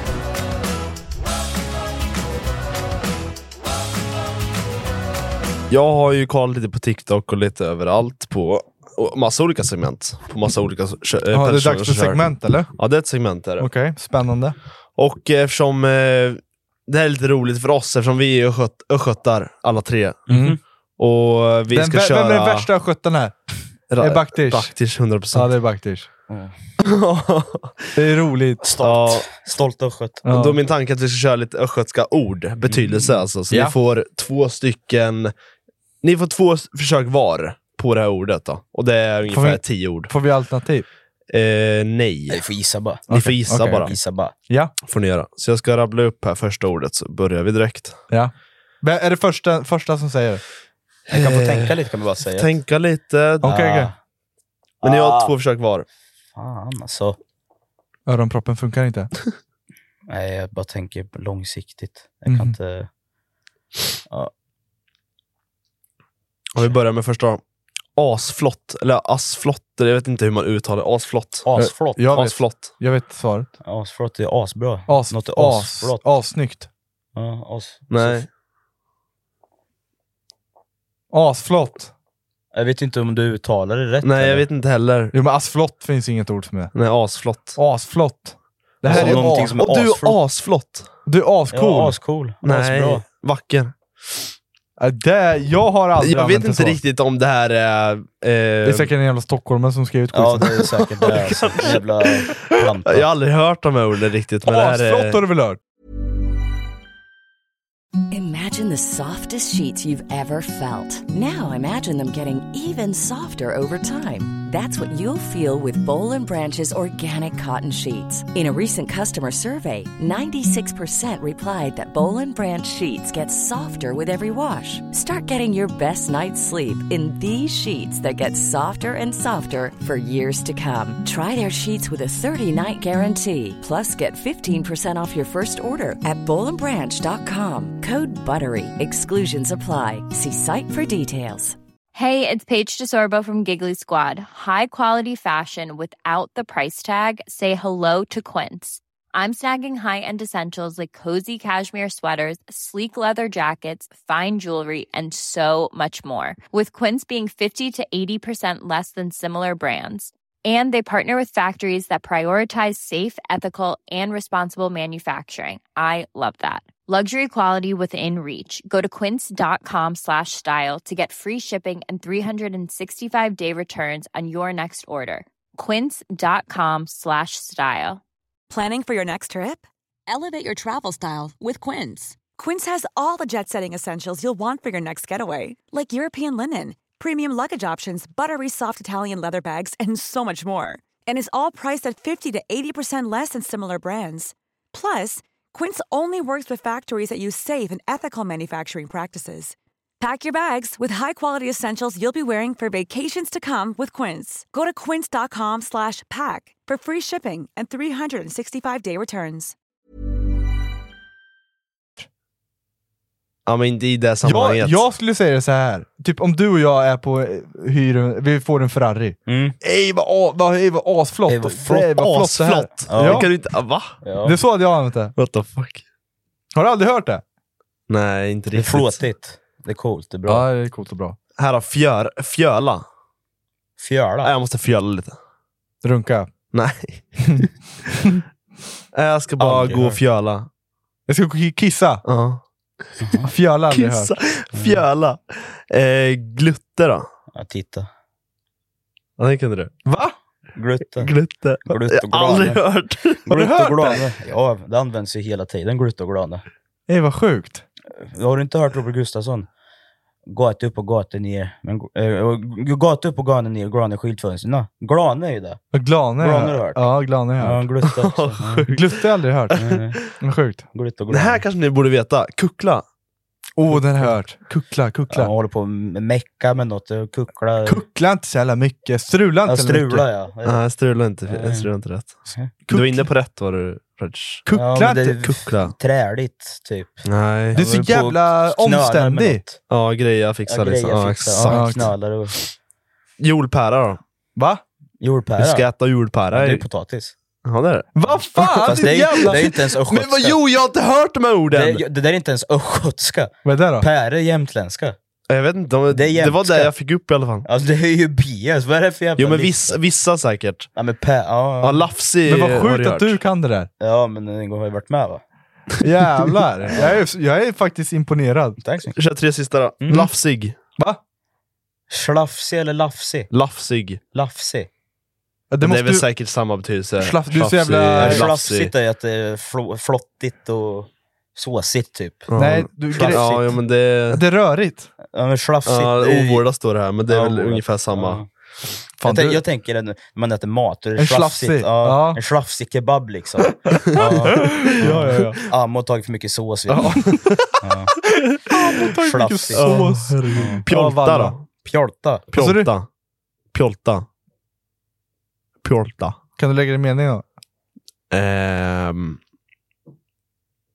Jag har ju kollat lite på TikTok och lite överallt på och massa olika segment. På massa olika kö- Ja, det är personer dags för som kör. segment, eller? Ja, det är ett segment där. Okej, spännande. Och eftersom eh, det här är lite roligt för oss eftersom vi är östgöt, östgötar alla tre. Mm. Och vi Den, ska vem köra... är den värsta skötten här? Ra- är Baktish. Baktish, hundra Ja, procent. det är Baktish. Det är roligt. Stolt. Ja. Stolt östgöt. Ja. Och då är min tanke att vi ska köra lite östgötska ord, betydelse alltså. Så Ja. ni får två stycken, ni får två s- försök var på det här ordet då. Och det är Får ungefär vi- tio ord. Får vi alternativ? Eh, Nej, nej, vi får gissa bara. ni får gissa okej. bara. Gissa bara. Ja. Får ni göra. Så jag ska rabbla upp här första ordet så börjar vi direkt. ja. Men är det första, första som säger? Jag kan få Eh, tänka lite, kan vi bara säga. Tänka lite. Okej, okej. Men ni har Ah. två försök var. Fan alltså. Öronproppen funkar inte. Nej, jag bara tänker på långsiktigt. Jag kan Mhm. inte... Ja. Och vi börjar med första. asflott, eller asflott, jag vet inte hur man uttalar asflott. Asflott. Jag vet, Asflott. jag vet svaret. Asflott är asbra. As, Något är as, asflott. assnyggt. Ja, as. Nej. Asflott. Jag vet inte om du uttalar det rätt. Nej, jag eller? vet inte heller. Jo, men asflott finns inget ord som är. Nej, asflott. Asflott. Det här Alltså, är någonting as- som är Och du är asflott. asflott. Du är ascool. Ja, ascool. Nej, Asbra. vacker. Ja, det, jag har aldrig Jag vet använt det inte så. riktigt om det här är... Eh, Det är säkert en jävla stockholmare som skrev ut Ja, quizet. det är säkert det. Alltså. En jävla planta. jag har aldrig hört de här orden riktigt. Men det här Asflott är... har du väl hört? Imagine the softest sheets you've ever felt. Now imagine them getting even softer over time. That's what you'll feel with Bowl and Branch's organic cotton sheets. In a recent customer survey, ninety-six percent replied that Bowl and Branch sheets get softer with every wash. Start getting your best night's sleep in these sheets that get softer and softer for years to come. Try their sheets with a thirty-night guarantee. Plus, get fifteen percent off your first order at bowl and branch dot com. Code BUTTERY. Exclusions apply. See site for details. Hey, it's Paige DeSorbo from Giggly Squad. High quality fashion without the price tag. Say hello to Quince. I'm snagging high-end essentials like cozy cashmere sweaters, sleek leather jackets, fine jewelry, and so much more. With Quince being fifty to eighty percent less than similar brands. And they partner with factories that prioritize safe, ethical, and responsible manufacturing. I love that. Luxury quality within reach. Go to quince.com slash style to get free shipping and three sixty-five day returns on your next order. Quince.com slash style. Planning for your next trip? Elevate your travel style with Quince. Quince has all the jet-setting essentials you'll want for your next getaway, like European linen, premium luggage options, buttery soft Italian leather bags, and so much more. And is all priced at fifty to eighty percent less than similar brands. Plus, Quince only works with factories that use safe and ethical manufacturing practices. Pack your bags with high-quality essentials you'll be wearing for vacations to come with Quince. Go to quince.com slash pack for free shipping and three sixty-five day returns. Ja, men inte i det Jag, sammanhanget. jag skulle säga det så här. Typ om du och jag är på eh, hyr, vi får en Ferrari. Mm. Ej vad, a- vad, ej, vad asflott. Ej, vad flott. Ej, vad flott det här. Asflott. Ja. Jag kan inte... ah, Va? Ja. Det är så hade jag använt det. What the fuck? Har du aldrig hört det? Nej, inte Det är riktigt. flåtigt. Det är coolt, det är bra. Ja, det är coolt och bra. Här har fjör, fjöla. Fjöla. Nej, jag måste fjöla lite. Runka. Nej. Nej, jag ska bara Aldrig gå och hört. fjöla. Jag ska k- kissa. Ja. Fjöla har aldrig Kissa. hört. Fjöla. Eh, glutte då? Ja, titta. Ja, det kunde du. Va? Glutte. Glutte. Glutte och Jag har aldrig glane. hört. Har du Glutte hört och det? glane. Ja, det används ju hela tiden, glutte och glane. Ej vad sjukt. Har du inte hört Robert Gustafsson? Gata upp och gata ner. Men, äh, gata upp och gata ner, glane skyltfönster. No. Glane är ju det. Vad glane Glane jag har du hört? Ja, glane har jag Ja, hört. glutte också. Ja. Glutte har jag aldrig hört. Nej, Vad sjukt. glutte och Det glane. här kanske ni borde veta. Kuckla. Oh, den har jag hört. Kuckla, kuckla. Ja, håller på med mecka med något. och Kuckla. Kuckla inte så jävla mycket. Strula inte Ja, så mycket. strula ja. Nej, jag strulade inte, Nej. jag strulade inte rätt. Nej. Du var inne på rätt, var du, Rudge? Kuckla Ja, men det inte. är Kuckla. träligt typ. Nej. Du är så Jag håller på jävla och knölar med omständig. något. Ja, grejer fixa Ja, liksom. grejer Ja, fixa. exakt. Ja, knölar och Jordpära då? Va? jordpära. Du ska äta jordpära. Det är potatis. Ja, det är det. Vad fan? Fast din det är, jävla... det är inte ens Men östgötska. vad, jo, jag har inte hört de här orden! det, det där är inte ens östgötska. Vad är det då? Päre är jämtländska. Jag vet inte, de, Det är det, det var jämtska. det jag fick upp i alla fall. Alltså det är ju B S, vad är det för jävla Jo, men lista? vissa, vissa säkert. Ja men pä... Ja, Ja, Lafsi Men vad har sjukt du att hört. du kan det där. ja men en gång har jag varit med va? Jävlar. Jag är, jag är faktiskt imponerad. Tack så mycket. Kör tre sista då. Mm. Lafsig. Va? Schlafsig eller lafsig? Lafsig. Lafsig. Ja, Det, måste är väl du... säkert samma betydelse. Schlaff- du är så Schlafsig, jävla- lafsig. Schlafsigt är att det är fl- flottigt och såsigt typ. Ja. Nej, du... Schlaff- Ja, ja, men det... Det är rörigt. Ja men schlafsigt Ja, det är ju- ovårdat står det här, men det är Ja, väl ovårdat. ungefär samma. Ja. Fan, jag, tänk, du- jag tänker att när man äter mat, då är det En schlafsigt. schlafsig, Ja, ja. En schlafsig kebab liksom. ja. Ja, ja, ja. Amma har tagit för mycket sås. Vet Ja. du. Ja. mycket Schlafsigt. sås. Ja. Pjolta Ja, då? Pjolta. Vad sa du? Pjolta. Pjolta. Pjolta. Kan du lägga det i mening då? Ehm.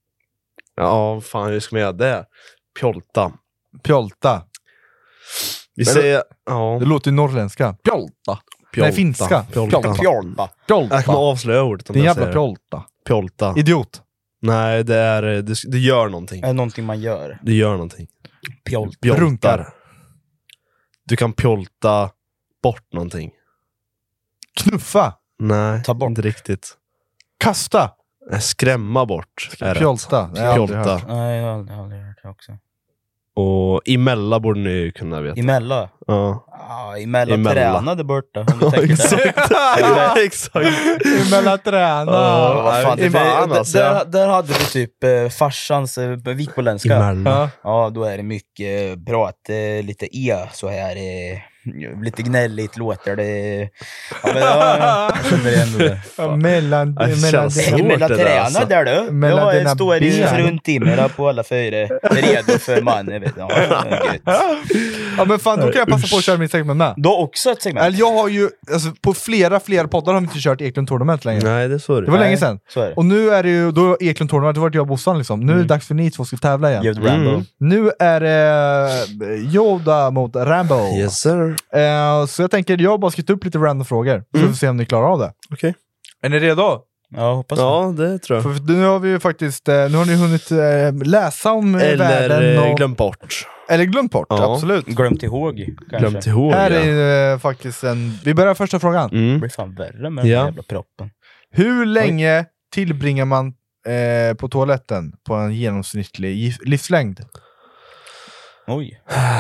Ja, fan hur ska man göra det? Pjolta. Pjolta. Vi säger... Ja. Det låter ju norrländska. Pjolta. Nej, finska. Pjolta. Pjolta. Pjolta. Pjolta. Jag kommer avslöja ordet. Det är en jävla pjolta. Pjolta. Idiot. Nej, det är... Det, det gör någonting. Är det någonting man gör? Det gör någonting. Pjolta. Pjoltar. Runkar. Du kan pjolta bort någonting. Knuffa. Nej, Ta bort. inte riktigt. Kasta. Nej, skrämma bort. Är Pjolta. rätt. Det har jag aldrig Pjolta. hört. Nej, jag har aldrig, aldrig hört det också. Och emellan borde ni kunna veta. Emellan? Ja. Ja, emellan Emellan. tränade borta. Om du tänker Exakt. där. Exakt. Emellan träna. Ja, vad fan, det, Fan, där, alltså. där, där hade vi typ eh, farsans eh, vikboländska. Emellan. Ja. Ja, då är det mycket prat, eh, lite e så här, eh, lite gnälligt låter det. Ja, men, ja, ja, jag känner igen det. Ja, mellan, Ja, det mellan, känns det- svårt. Emellan det där, träna alltså. där du. Mellan Jag dina står i ben. fruntimmerna på alla fyra. Redo för mannen. Vet du. Ja, gött. Ja, men fan, då kan jag passa på att köra min segment med. Då också ett segment. Eller jag har ju, alltså, på flera, flera poddar har vi inte kört Eklund Tournament längre. Nej, det är så Det var Nej, länge sedan. Så är det. Och nu är det ju, då är Eklund Tournament, då var det jag och Bossan liksom. Nu är det dags för ni två ska tävla igen. Give it Rambo. Mm. Nu är det Yoda mot Rambo. Yes sir. Eh, så jag tänker, jag har bara skrivit upp lite random frågor. Så Mm. vi får se om ni klarar av det. Okej. Är ni redo? Ja, hoppas det. Ja, det tror jag. För nu har vi ju faktiskt, eh, nu har ni hunnit eh, läsa om eh, Eller världen eh, och... glöm bort. Eller glömt bort, Ja. absolut. Glömt ihåg, kanske. Glömt ihåg. Här ja. är ju eh, faktiskt en... Vi börjar första frågan. Det Mm. blir fan värre med den Ja. här jävla proppen. Hur länge tillbringar man eh, på toaletten på en genomsnittlig gif- livslängd? Oj.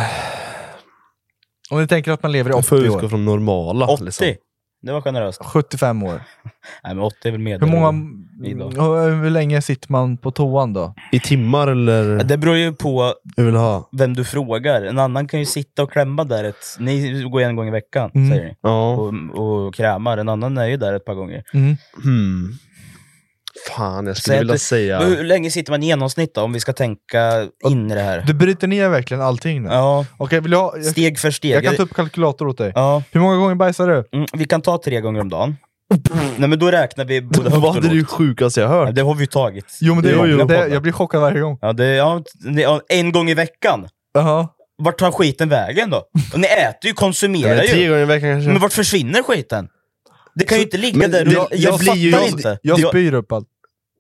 Om ni tänker att man lever i Jag får åttio utgå år. från normala. åttio. Liksom. Det var generöst. sjuttiofem år. Nej, men åttio är väl Hur medel. många... Idag. Hur, hur länge sitter man på toan då? I timmar eller? Det beror ju på Jag vill ha. vem du frågar. En annan kan ju sitta och klämma där ett... Ni går en gång i veckan, Mm. säger ni. Ja. Och, och krämar. En annan är ju där ett par gånger. Mm. Hmm. Fan, jag skulle Säg att vilja du- säga... Men hur länge sitter man i genomsnitt då, om vi ska tänka in i det här? Du bryter ner verkligen allting nu. Ja, Okej, vill jag, ha- jag, steg för steg. jag kan ta upp kalkylator åt dig. Ja, Hur många gånger bajsar du? mm, vi kan ta tre gånger om dagen. Nej, men då räknar vi både högt Vad och är det lågt. sjukaste jag Ja, hört? det har vi ju tagit. Jo, men det, Jo, jo. det, jag blir chockad varje gång. Ja, det, ja, det, ja, en gång i veckan. Jaha. Vart tar skiten vägen då? Och ni äter ju, konsumerar Men tre ju. gånger i veckan kanske? Men vart försvinner skiten? Det kan ju inte ligga men där. jag- Jag, jag jag blir fattar ju- inte. Jag Jag- spyr upp allt.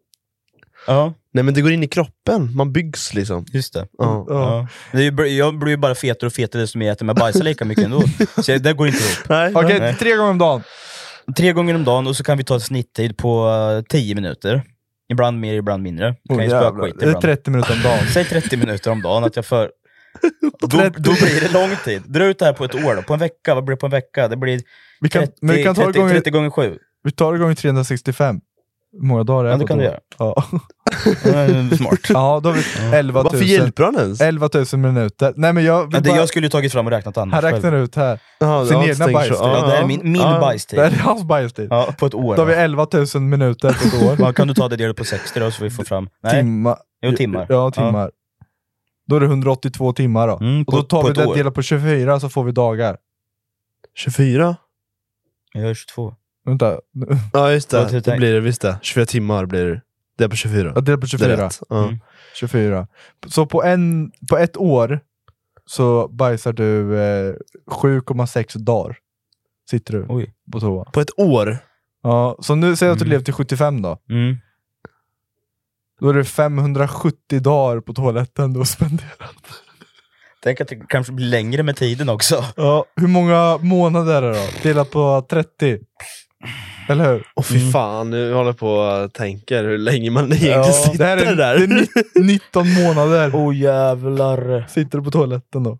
Ja, Nej men det går in i kroppen, man byggs liksom. just det. Ja. Ja. Det är ju, jag blir ju bara fetare och fetare desto mer jag äter, men jag bajsar lika mycket ändå. Så jag- det går inte ihop. Nej. Okej, Nej. tre gånger om dagen. Tre gånger om dagen, och så kan vi ta en snitttid på uh, tio minuter. Ibland mer, ibland mindre. Kan Oh, ju spöa jävlar. skit Det är ibland. trettio minuter om dagen. Säg trettio minuter om dagen, att jag för... Då, då blir det lång tid. Dra ut det här på ett år då. På en vecka, vad blir det på en vecka? Det blir Vi kan, trettio, men vi kan ta det trettio, gånger, trettio gånger sju. vi tar det gånger trehundrasextiofem. Hur många dagar är Ja, på det kan ett du år? göra. Ja. Mm, smart. Ja, då har vi elva Varför tusen. hjälper han ens? elva tusen minuter. Nej men jag vill Ja, det, bara, jag skulle ju tagit fram och räknat annars han räknar själv. ut här. Jaha, Sin ja, egna tänker så. bajstid. Ja, det är min, min Ja. bajstid. Det är hans bajstid. Ja, på ett år. Då har vi Då, elva tusen minuter på ett år. ja, kan du ta det delat på sextio då, så vi får fram... Nej, Timmar. jo, timmar. Ja, timmar. Då är det hundraåttiotvå timmar då. Mm, Och på, då tar på vi ett det år. delat på tjugofyra så får vi dagar. tjugofyra? Jag gör tjugotvå. Vänta. Ja just Vad det, du det tänkt? blir det, visst det. tjugofyra timmar blir det. Det är på tjugofyra. Jag delar på Det är tjugofyra. rätt. Ja. Mm. tjugofyra. Så på, en, på ett år så bajsar du eh, sju komma sex dagar. Sitter du Oj. på toa. På ett år? Ja, så nu säger jag att du Mm. lever till sjuttiofem då. Mm. Då är det femhundrasjuttio dagar på toaletten du har spenderat. Tänk att det kanske blir längre med tiden också. Ja, hur många månader är det då? Delat på trettio. Eller hur? Åh fy fan, nu håller jag på och tänker hur länge man egentligen Ja, sitter det här är, där. det är ni- nitton månader. Åh oh, jävlar. Sitter du på toaletten då?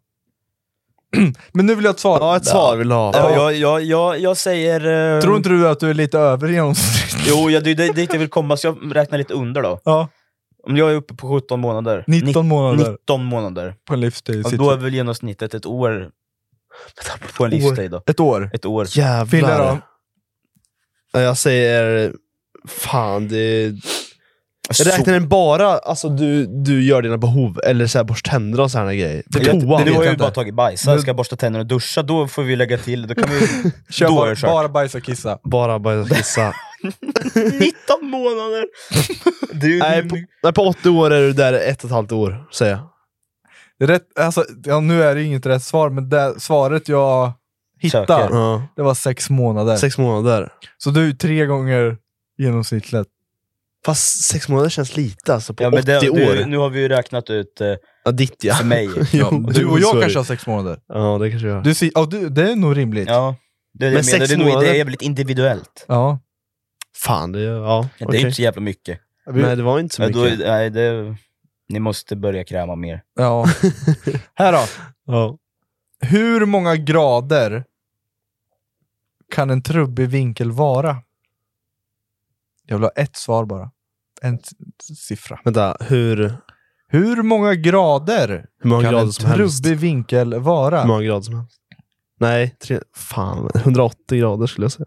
Men nu vill jag ha ett svar. Ja, ett svar vill jag ha. Ja, jag, jag, jag, jag säger... eh, Tror inte du att du är lite över genomsnitt? Jo, jag, det är dit jag vill komma, så jag räknar lite under då. Ja, Om jag är uppe på sjutton månader. nitton månader nitton månader. på en livstid. Ja, sitter då är du. väl genomsnittet ett år på en livstid då. Ett år. Ett år. Fille Jävlar. då? Ja, jag säger... Fan, det... Så- Räknar den bara, alltså du, du gör dina behov, eller så här borst tänder och sådana grejer? På Jag- toan? men du har jag ju inte. bara tagit bajsa, ska jag borsta tänderna och duscha, då får vi lägga till, då kan vi... Kör då är bara, det kört. bara bajsa och kissa. Bara bajsa kissa. nitton månader! Du, Nej, på, nej, på åttio år är du där ett och ett halvt år, säger jag. Rätt, alltså, ja, nu är det inget rätt svar, men det svaret jag hittade, ja. det var sex månader. Sex månader. Så du är tre gånger genomsnittligt. Fast sex månader känns lite, alltså på ja, men åttio det, år. Du, nu har vi ju räknat ut eh, ja, ditt, ja. för mig. Ja, du och jag sorry. kanske har sex månader. Ja, det kanske jag har. Du, ja, du, det är nog rimligt. Ja, det, Men det, sex menar, det, är nog, månader- det är väldigt individuellt. Ja. Fan, det är... Ja, Det är okej. inte så jävla mycket. Nej, det var inte så Ja, mycket. då, nej, det, ni måste börja kräma mer. Ja. Här då. Ja. Hur många grader kan en trubbig vinkel vara? Jag vill ha ett svar bara. En t- siffra. Vänta, hur... Hur många grader Hur många kan grader en som helst? trubbig vinkel vara? Hur många grader som helst? Nej, tre... Fan, hundraåttio grader skulle jag säga.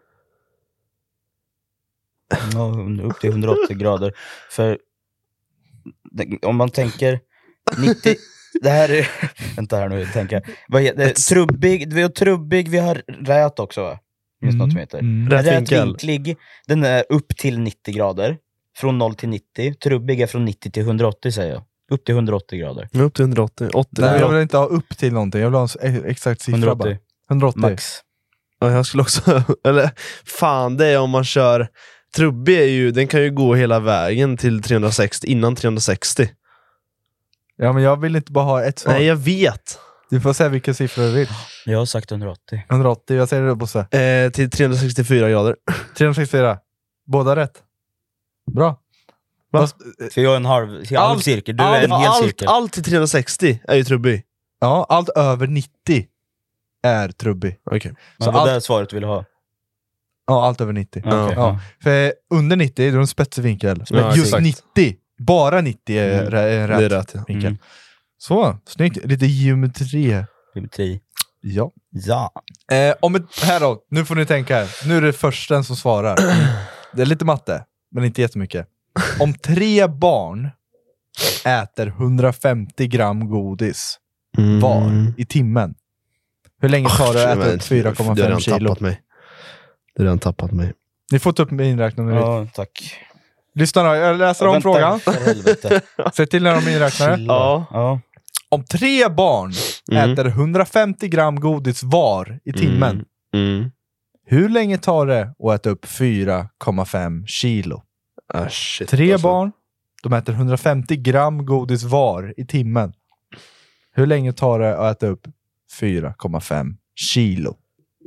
Ja, upp till hundraåttio grader. För det, om man tänker nittio... Det här är... Vänta här nu, tänker jag. Vad heter det? Trubbig, vi har trubbig, vi har rät också, va? Finns Mm, något som heter. mm. Rät vinkel. Rätvinklig, den är upp till nittio grader. Från noll till nittio. Trubbig är från nittio till hundraåttio, säger jag. Upp till hundraåttio grader. Ja, upp till hundraåttio. åttio. Nej, jag vill inte ha upp till någonting. Jag vill ha en s- exakt siffra bara. hundraåttio. hundraåttio. Max. Ja, jag skulle också... Eller, fan, det är om man kör... Trubbig är ju... Den kan ju gå hela vägen till trehundrasextio, innan trehundrasextio. Ja, men jag vill inte bara ha ett svar. Nej, jag vet. Du får säga vilken siffra du vill. Jag har sagt hundraåttio. hundraåttio, jag säger det Bosse. Eh, till trehundrasextiofyra grader. trehundrasextiofyra. Båda rätt. Bra. Va? För jag är en halv, halv Allt- cirkel, du är allt- en hel Allt, cirkel. allt till trehundrasextio är ju trubbig. Ja, allt över nittio är trubbig. Okej. Men Så vad allt- det svaret vill ha? Ja, allt över nittio. Ja, okej, Ja. ja. För under nittio, då är det en spetsig vinkel. Men Ja, just exakt. nittio, bara nittio är Mm. rä- är rätt, Det är rätt, ja. vinkel. Mm. Så, snyggt. Lite geometri. Geometri. Ja. Ja. Eh, om ett, här då, nu får ni tänka här. Nu är det försten som svarar. Det är lite matte, men inte jättemycket. Om tre barn äter hundrafemtio gram godis Mm. var i timmen, hur länge tar det att äta upp fyra komma Du har fem redan kilo? tappat mig. Du har redan tappat mig. Ni får ta upp med inräknaren. Ja, tack. Lyssna då, jag läser om Vänta, frågan. för helvete. Säg till när de inräknare. Ja. Ja. Om tre barn Mm. äter hundrafemtio gram godis var i timmen, Mm. hur länge tar det att äta upp fyra komma fem kilo? Ah, shit, Tre alltså. barn, de äter hundrafemtio gram godis var i timmen. Hur länge tar det att äta upp fyra komma fem kilo?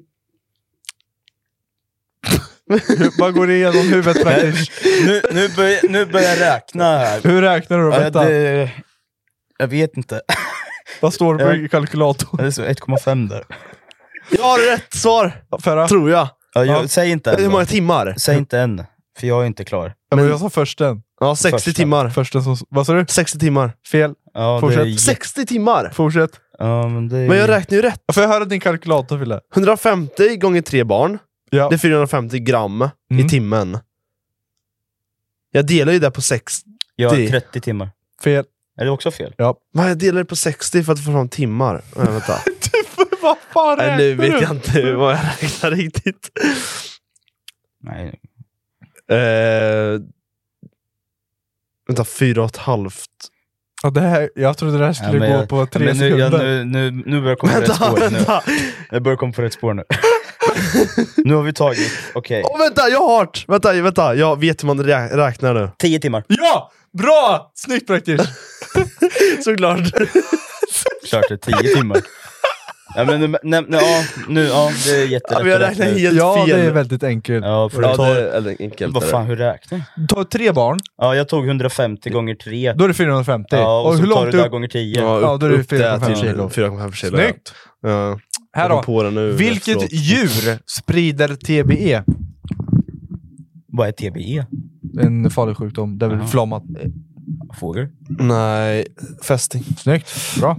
Vad går det igenom huvudet praktiskt? nu, nu, börjar, nu börjar jag räkna här. Hur räknar du då? Ja, Vänta. det, jag vet inte. Vad står det på Ja. kalkylatorn? Det är så ett komma fem där. Jag har rätt svar! Förra? Tror jag. Ja, jag, Ja. Säg inte än Hur då. många timmar? Säg inte än, för jag är inte klar. Ja, men jag sa försten. Ja, sextio Första. timmar. Försten som... Vad sa du? sextio timmar. Fel. Ja, Fortsätt. Det är, sextio timmar! Fortsätt. ja, men, det är, Men jag räknar ju rätt. Får jag höra din kalkylator, Fille? hundrafemtio gånger tre barn. Ja. Det är fyrahundrafemtio gram Mm. i timmen. Jag delar ju det på sextio. jag har trettio timmar. Fel. Är det också fel? Ja. Va, jag delar det på sextio för att få fram timmar. Ja, vänta. Vad fan Nej, räknar nu vet du? jag inte vad jag räknar riktigt. Nej. Eh, vänta, fyra och ett halvt. Ja, det här, jag trodde det här skulle Ja, men gå jag- på tre men nu, sekunder. ja, nu, nu, nu börjar jag komma på rätt Vänta, spår. Nu. vänta. Jag börjar komma på rätt spår nu. Nu har vi tagit, okej, Åh, vänta, jag har hört! Vänta, vänta, jag vet hur man rä- räknar nu. tio timmar. Ja! Bra! Snyggt praktiskt! Såklart. Klart det är tio timmar. Ja, men nu, nej, nej, ja, nu, ja, det är jätterätt. Ja, men jag att räknar räkna ut. helt Ja, fel. det är väldigt enkelt. Ja, för Ja, det tar, det är eller enkelt. vad är det. fan, hur räknar jag? Ta tre barn, Ja, jag tog hundrafemtio gånger tre. då är det fyrahundrafemtio. Ja, och, och så hur tar långt du där upp? gånger tio. Ja, upp, Ja, då är det upp fyra komma fem till kilo. fyra komma fem kilo. Snyggt! Ja. Här Jag då. kom på det nu. Vilket efteråt. djur sprider T B E? Vad är T B E? En farlig sjukdom. Det är väl Jaha. flammat. Fågel? Nej, fästing. Snyggt. Bra.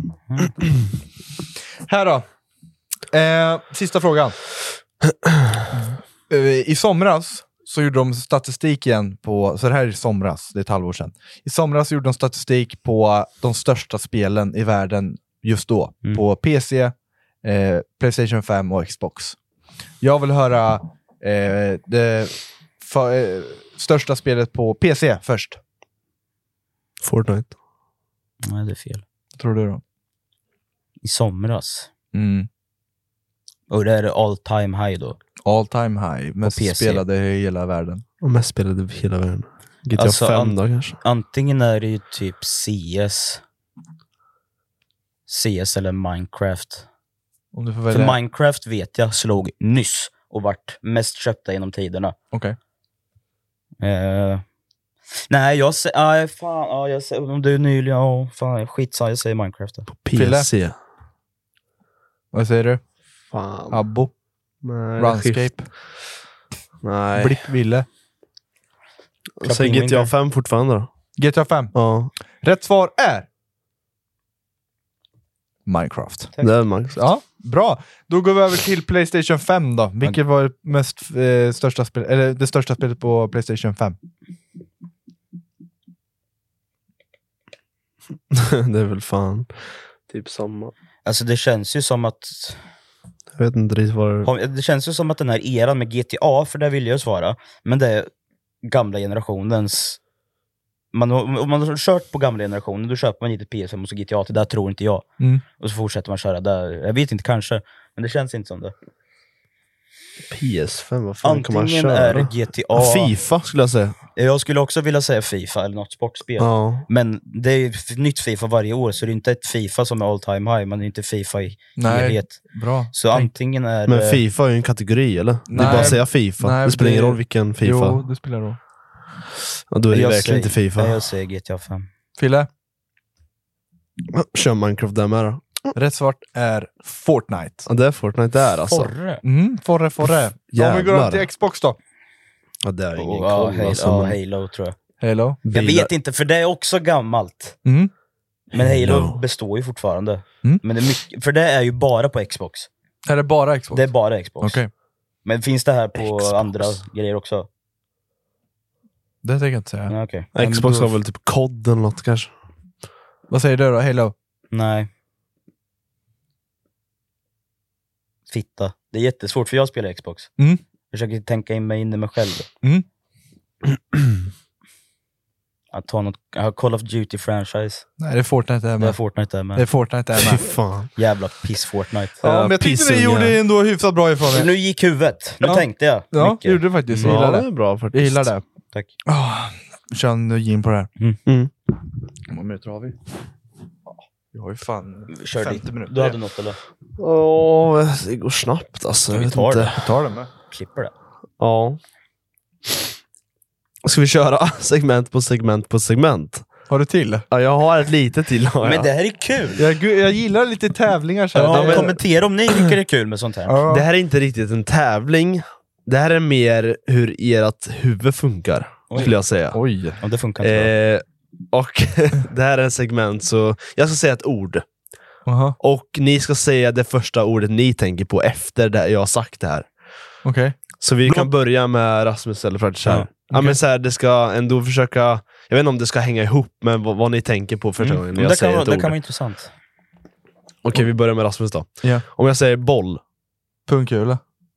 Här då. Eh, sista frågan. Eh, I somras så gjorde de statistik igen på, så det här är i somras, det är ett halvår sedan. I somras gjorde de statistik på de största spelen i världen just då. Mm. På P C, eh, PlayStation fem och Xbox. Jag vill höra eh, det för, eh, största spelet på P C först. Fortnite. Nej, det är fel. Vad tror du då? I somras. Mm. Och det är all time high då. All time high. Mest P C. spelade i hela världen. Och mest spelade i hela världen. G T A Alltså, fem an- då kanske. Antingen är det ju typ C S. C S eller Minecraft. Om du får För välja. Minecraft vet jag slog nyss och vart mest köpta genom tiderna. Okej. Eh, nej, jag säger... Nej, fan. Ja, jag säger, om det är nyligen... Ja, fan. Skitsa, jag säger Minecraft då. P C. Vad säger du? Fan. Abbo? Nej, Runscape? skift. Nej. Blipp Ville? Och sen G T A fem fortfarande då. G T A fem? Ja. Rätt svar är... Minecraft. Det är Max. Ja, bra. Då går vi över till PlayStation fem då. Vilket var det mest eh, största spel, eller det största spelet på PlayStation fem? Det är väl fan typ samma. Alltså det känns ju som att... Jag vet inte riktigt vad det... Det känns ju som att den här eran med G T A, för det vill jag svara, men det är gamla generationens... Man, om man har kört på gamla generationen, då köper man inte P S fem och så G T A, till där tror inte jag. Mm. Och så fortsätter man köra där. Jag vet inte, kanske, men det känns inte som det. P S fem, vad fan kan man Antingen köra? är det G T A... FIFA skulle jag säga. Jag skulle också vilja säga FIFA eller något sportspel. Ja. Men det är ju ett nytt FIFA varje år, så det är inte ett FIFA som är all time high, man är inte FIFA i Nej, helhet. bra. Så Tänk. antingen är Men det... FIFA är ju en kategori, eller? Det Nej. är bara att säga FIFA. Nej, det spelar det- ingen roll vilken FIFA. Jo, det spelar roll. Ja, då är det Jag verkligen säger- inte FIFA. Nej, jag säger G T A fem. Fille? Kör Minecraft där med då. Rätt svar är Fortnite. Ja, det är Fortnite där alltså. Forre. Mm, forre, forre. Om vi går Jävlar. över till Xbox då. Ja, det är ingen Oh, ja, koll Halo, alltså. ja, men- Halo tror jag. Halo. Jag Bilar- vet inte, för det är också gammalt. Mm. Men Halo Halo. består ju fortfarande. Mm. Men det är mycket, för det är ju bara på Xbox. Är det bara Xbox? Det är bara Xbox. Okej. Men finns det här på Xbox. andra grejer också? Det tänker jag inte säga. Ja, okej. Xbox Men då- har väl typ kod eller något kanske. Vad säger du då? Halo? Nej. Fitta. Det är jättesvårt, för jag spelar Xbox. Mm. Jag försöker tänka in mig in i mig själv. Mm. Att ta något, ja, Call of Duty franchise. Nej, det är Fortnite där Det är med. Fortnite där med. Det är Fortnite där Fy med. fan. Jävla piss Fortnite. Ja, men jag tyckte ni pissungar. gjorde ändå hyfsat bra ifrån er. Nu gick huvudet. Nu Ja. tänkte jag Ja, mycket. det gjorde du faktiskt. Jag Ja, gillar det det. är bra faktiskt. Jag gillar det. Tack. Oh, kör en gin på det här. Mm. Hur många minuter har vi? Ja, vi har ju fan Kör femtio dit. minuter. Du hade något eller? Åh, det går snabbt alltså. Jag Vi vet tar inte. det. Vi tar det med. Klipper det. Ja. Ska vi köra segment på segment på segment? Har du till? Ja, jag har ett litet till. Har jag. Men det här är kul! Jag, jag gillar lite tävlingar så här. Ja, Det- men kommentera om ni tycker det är kul med sånt här. Ja. Det här är inte riktigt en tävling. Det här är mer hur ert huvud funkar, Oj. skulle jag säga. Oj. Om det funkar inte bra. Eh, och det här är en segment, så jag ska säga ett ord. Aha. Och ni ska säga det första ordet ni tänker på efter det jag har sagt det här. Okej. Så vi Blå- kan börja med Rasmus eller Fredrik så här. Ja, Ja, okej. men så här, det ska ändå försöka, jag vet inte om det ska hänga ihop, men vad, vad ni tänker på första gången när Men jag det, säger kan, vara- ett det ord. kan vara intressant. Okej, vi börjar med Rasmus då. Ja. Om jag säger boll. Pungkula.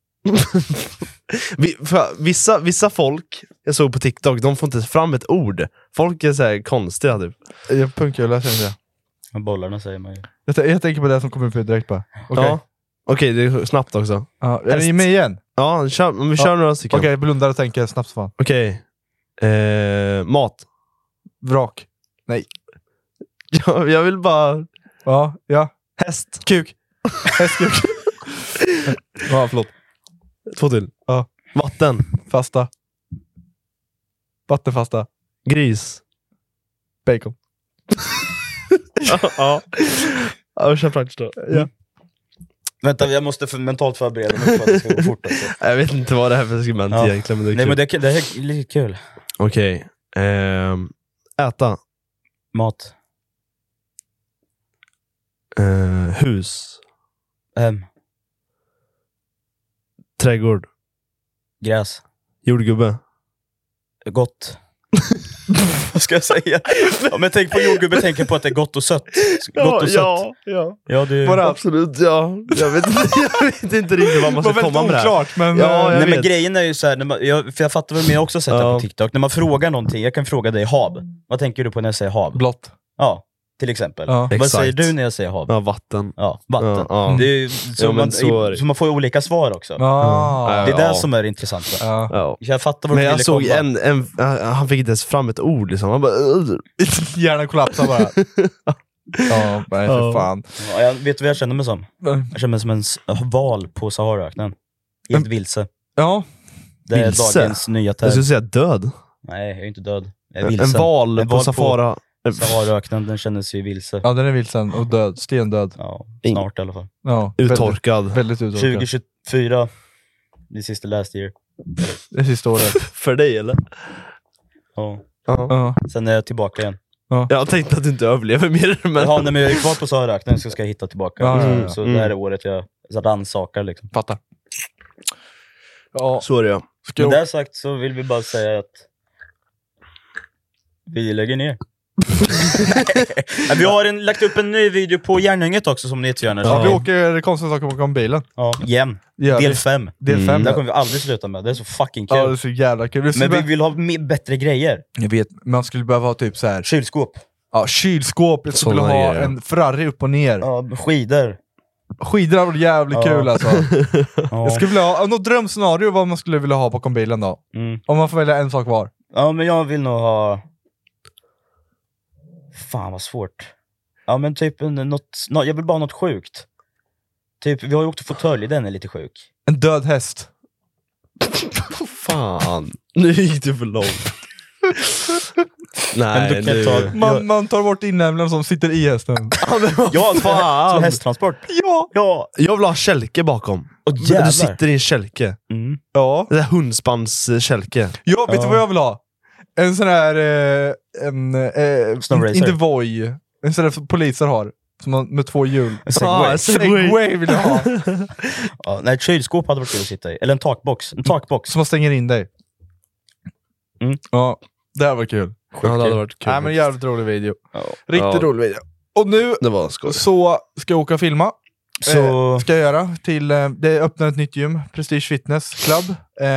Vi, för vissa, vissa folk jag såg på TikTok, de får inte fram ett ord. Folk är så här konstiga typ. Ja, pungkula tänkte jag. Men bollarna säger man ju. Jag, t- jag tänker på det som kommer upp direkt bara. Okej. Ja. Okej, det är snabbt också. Ja. Är ni med igen? Ja, kör, men vi kör Ja. några stycken. Okej, blundar och tänker snabbt som fan. Okej. Eh, mat. Vrak. Nej. Ja, jag vill bara... Ja, ja. Häst. Kuk. Hästkuk. Ja, förlåt. Två till. Ja. Vatten. Fasta. Vattenfasta. Gris. Bacon. Ja. Ja, ja kör praktiskt då. Ja. Vänta, jag måste för mentalt förbereda mig för att det ska gå fort. Alltså. Jag vet inte vad det här är för segment Ja. egentligen, men det är Nej, kul. men det, det här är lite kul. Okej. Ehm, äta. Mat. Eh, hus. Hem. Trädgård. Gräs. Jordgubbe. Gott. Vad ska jag säga? Ja, men tänk på jordgubbe, tänk på att det är gott och sött. Gott och sött. ja, ja. Ja, det... Bara absolut, ja. Jag vet, inte, jag vet inte riktigt vad man ska Det var komma med väldigt det här. oklart, men... Ja, eh, jag Nej, men vet. grejen är ju så här, när man, jag, för jag fattar väl, men jag har också sett det Ja. på TikTok. När man frågar någonting, jag kan fråga dig hav. Vad tänker du på när jag säger hav? Blått. Ja. till exempel. Ja. Vad Exakt. säger du när jag säger hav? Ja, vatten. Ja, vatten. Ja, ja. Det är, ju- så, Ja, men man, så är det. så man får ju olika svar också. Ah. Mm. Det är det Ja. som är intressant. Ja. Ja. Jag fattar vad Men du jag ville såg komma. en, en, han fick inte ens fram ett ord liksom. Han bara... Hjärnan kollapsar bara. Ja, nej för fan. Ja, jag vet du vad jag känner mig som? Jag känner mig som en s- val på Saharaöknen. Helt vilse. Ja. Det är Vilse? dagens nya Jag term. skulle säga död. Nej, jag är inte död. Jag är En vilse. val En på val Safara. Saharaöknen, den kändes ju vilse. Ja, den är vilsen och död. Stendöd. Ja, snart i alla fall. Ja, Uttorkad. Väldigt, väldigt uttorkad. tjugo tjugofyra, det sista last year. Det sista året. För dig eller? Ja. Ja. Sen är jag tillbaka igen. Jag tänkte att du inte överlever mer. Men... Ja, nej, men jag är kvar på Saharaöknen så ska jag hitta tillbaka. Ja, ja, ja. Så, så Mm. det här är året jag så rannsakar liksom. Fattar. Ja. Så är det ja. Med det sagt så vill vi bara säga att vi lägger ner. Vi har en, lagt upp en ny video på Järnhänget också som ni inte gör. Ja, vi åker konstiga saker bakom bilen. Ja, igen. Gör Del vi. fem. Del fem. Mm. Det kommer vi aldrig sluta med. Det är så fucking kul. Ja, det är så jävla kul. Men vi vill ha mer, bättre grejer. Jag vet, man skulle behöva ha typ så här. Kylskåp. Ja, kylskåp. Jag skulle Såna ha grejer. en Ferrari upp och ner. Ja, skidor. Skidor har varit jävligt Ja. kul alltså. Ja. Jag skulle vilja ha något drömscenario vad man skulle vilja ha bakom bilen då. Mm. Om man får välja en sak var. Ja, men jag vill nog ha... Fan vad svårt. Ja, men typ en, något, nå- jag vill bara ha något sjukt. Typ, vi har ju åkt fåtölj, den är lite sjuk. En död häst. Fan. Nu gick du för långt. Nej, Men du kan nu... ta- Man, man tar bort inämnen som sitter i hästen. Ja, fan. som hästtransport. Ja. Ja. Jag vill ha kälke bakom. Och jävlar. Du sitter i en kälke. Mm. Ja. Det där hundspans-kälke. Ja, vet Ja. du vad jag vill ha? En sån här... Eh, en, eh, Snow racer. inte Voi. En sån där poliser har. Som har, med två hjul. En Segway. Ah, Segway. Segway vill jag ha. Ja, nej, ett kylskåp hade varit kul att sitta i. Eller en takbox. En takbox. Som man stänger in dig. Mm. Ja, det här var kul. Ja, det hade varit kul. Nej, men jävligt rolig video. Ja. Riktigt Ja. rolig video. Och nu Det var skoj. så ska jag åka och filma. Så... Eh, ska jag göra till, eh, det öppnar ett nytt gym, Prestige Fitness Club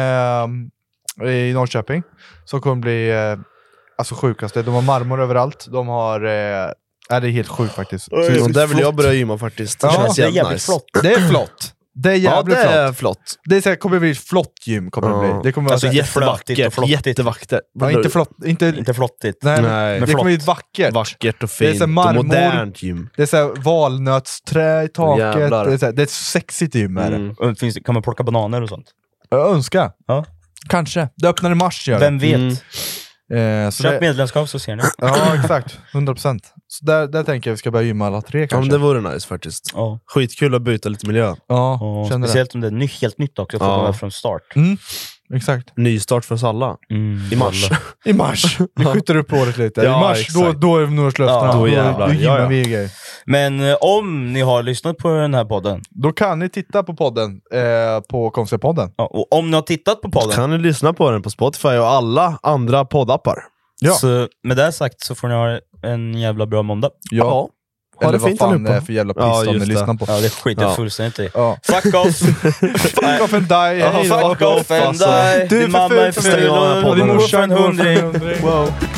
eh, i Norrköping. Som kommer bli eh, alltså sjukaste. De har marmor överallt. De har, eh, är det är helt sjukt faktiskt. Så det är Så där vill jag flott. börja gymma faktiskt. Det Ja, känns det är jävligt jävligt nice. flott. Det är flott. Det är Ja, jävligt det är flott. flott. Det är så här, kommer bli ett flott gym. Kommer det, bli. det kommer vara Alltså, så här- jätteflottigt och Jättevackert. flottigt. Jättevackert. ja, inte flott. Inte, Inte flottigt. nej, Nej. det Men kommer bli flott. ett vackert. Vackert och Det är fint så och marmor. modernt gym. Det är så här valnötsträ i taket. Jävlar. Det är, så här, det är ett sexigt gym. Är det. Mm. Och finns det, kan man plocka bananer och sånt? Jag önskar. Ja. Kanske. Det öppnar i mars. Gör det. Vem vet? Mm. Eh, så Köp det, medlemskap så ser ni. ja, exakt. hundra procent. Så där, där tänker jag vi ska börja gymma alla tre Ja, kanske. men det vore nice faktiskt. Ja. Skitkul att byta lite miljö. Ja, Och känner speciellt om det är ny, helt nytt också, får Ja. man vara från start. det. Mm, exakt. Nystart för oss alla. I mars. I mars. Vi skjuter upp året lite. I Ja, mars, då, exakt. då är nyårslöftena. Ja, då då, jävlar. då gymmar Ja, ja. vi grejer. Men eh, om ni har lyssnat på den här podden, Då kan ni titta på podden, eh, på Konstiga podden. ja, och om ni har tittat på podden, Kan ni lyssna på den på Spotify och alla andra poddappar. Ja. så med det sagt så får ni ha en jävla bra måndag. Ja. Ha Eller det vad fint fan allihopa. det är för jävla piss Ja, de just ni det. lyssnar på. Ja, det skiter jag Ja. fullständigt i. Ja. Fuck off! Fuck off and die. Ja, Hej då. fuck off and alltså. die! Du är Din för mamma ful är för ful mig. och Din din morsa morsa är en går för en hundring. hundring. Wow.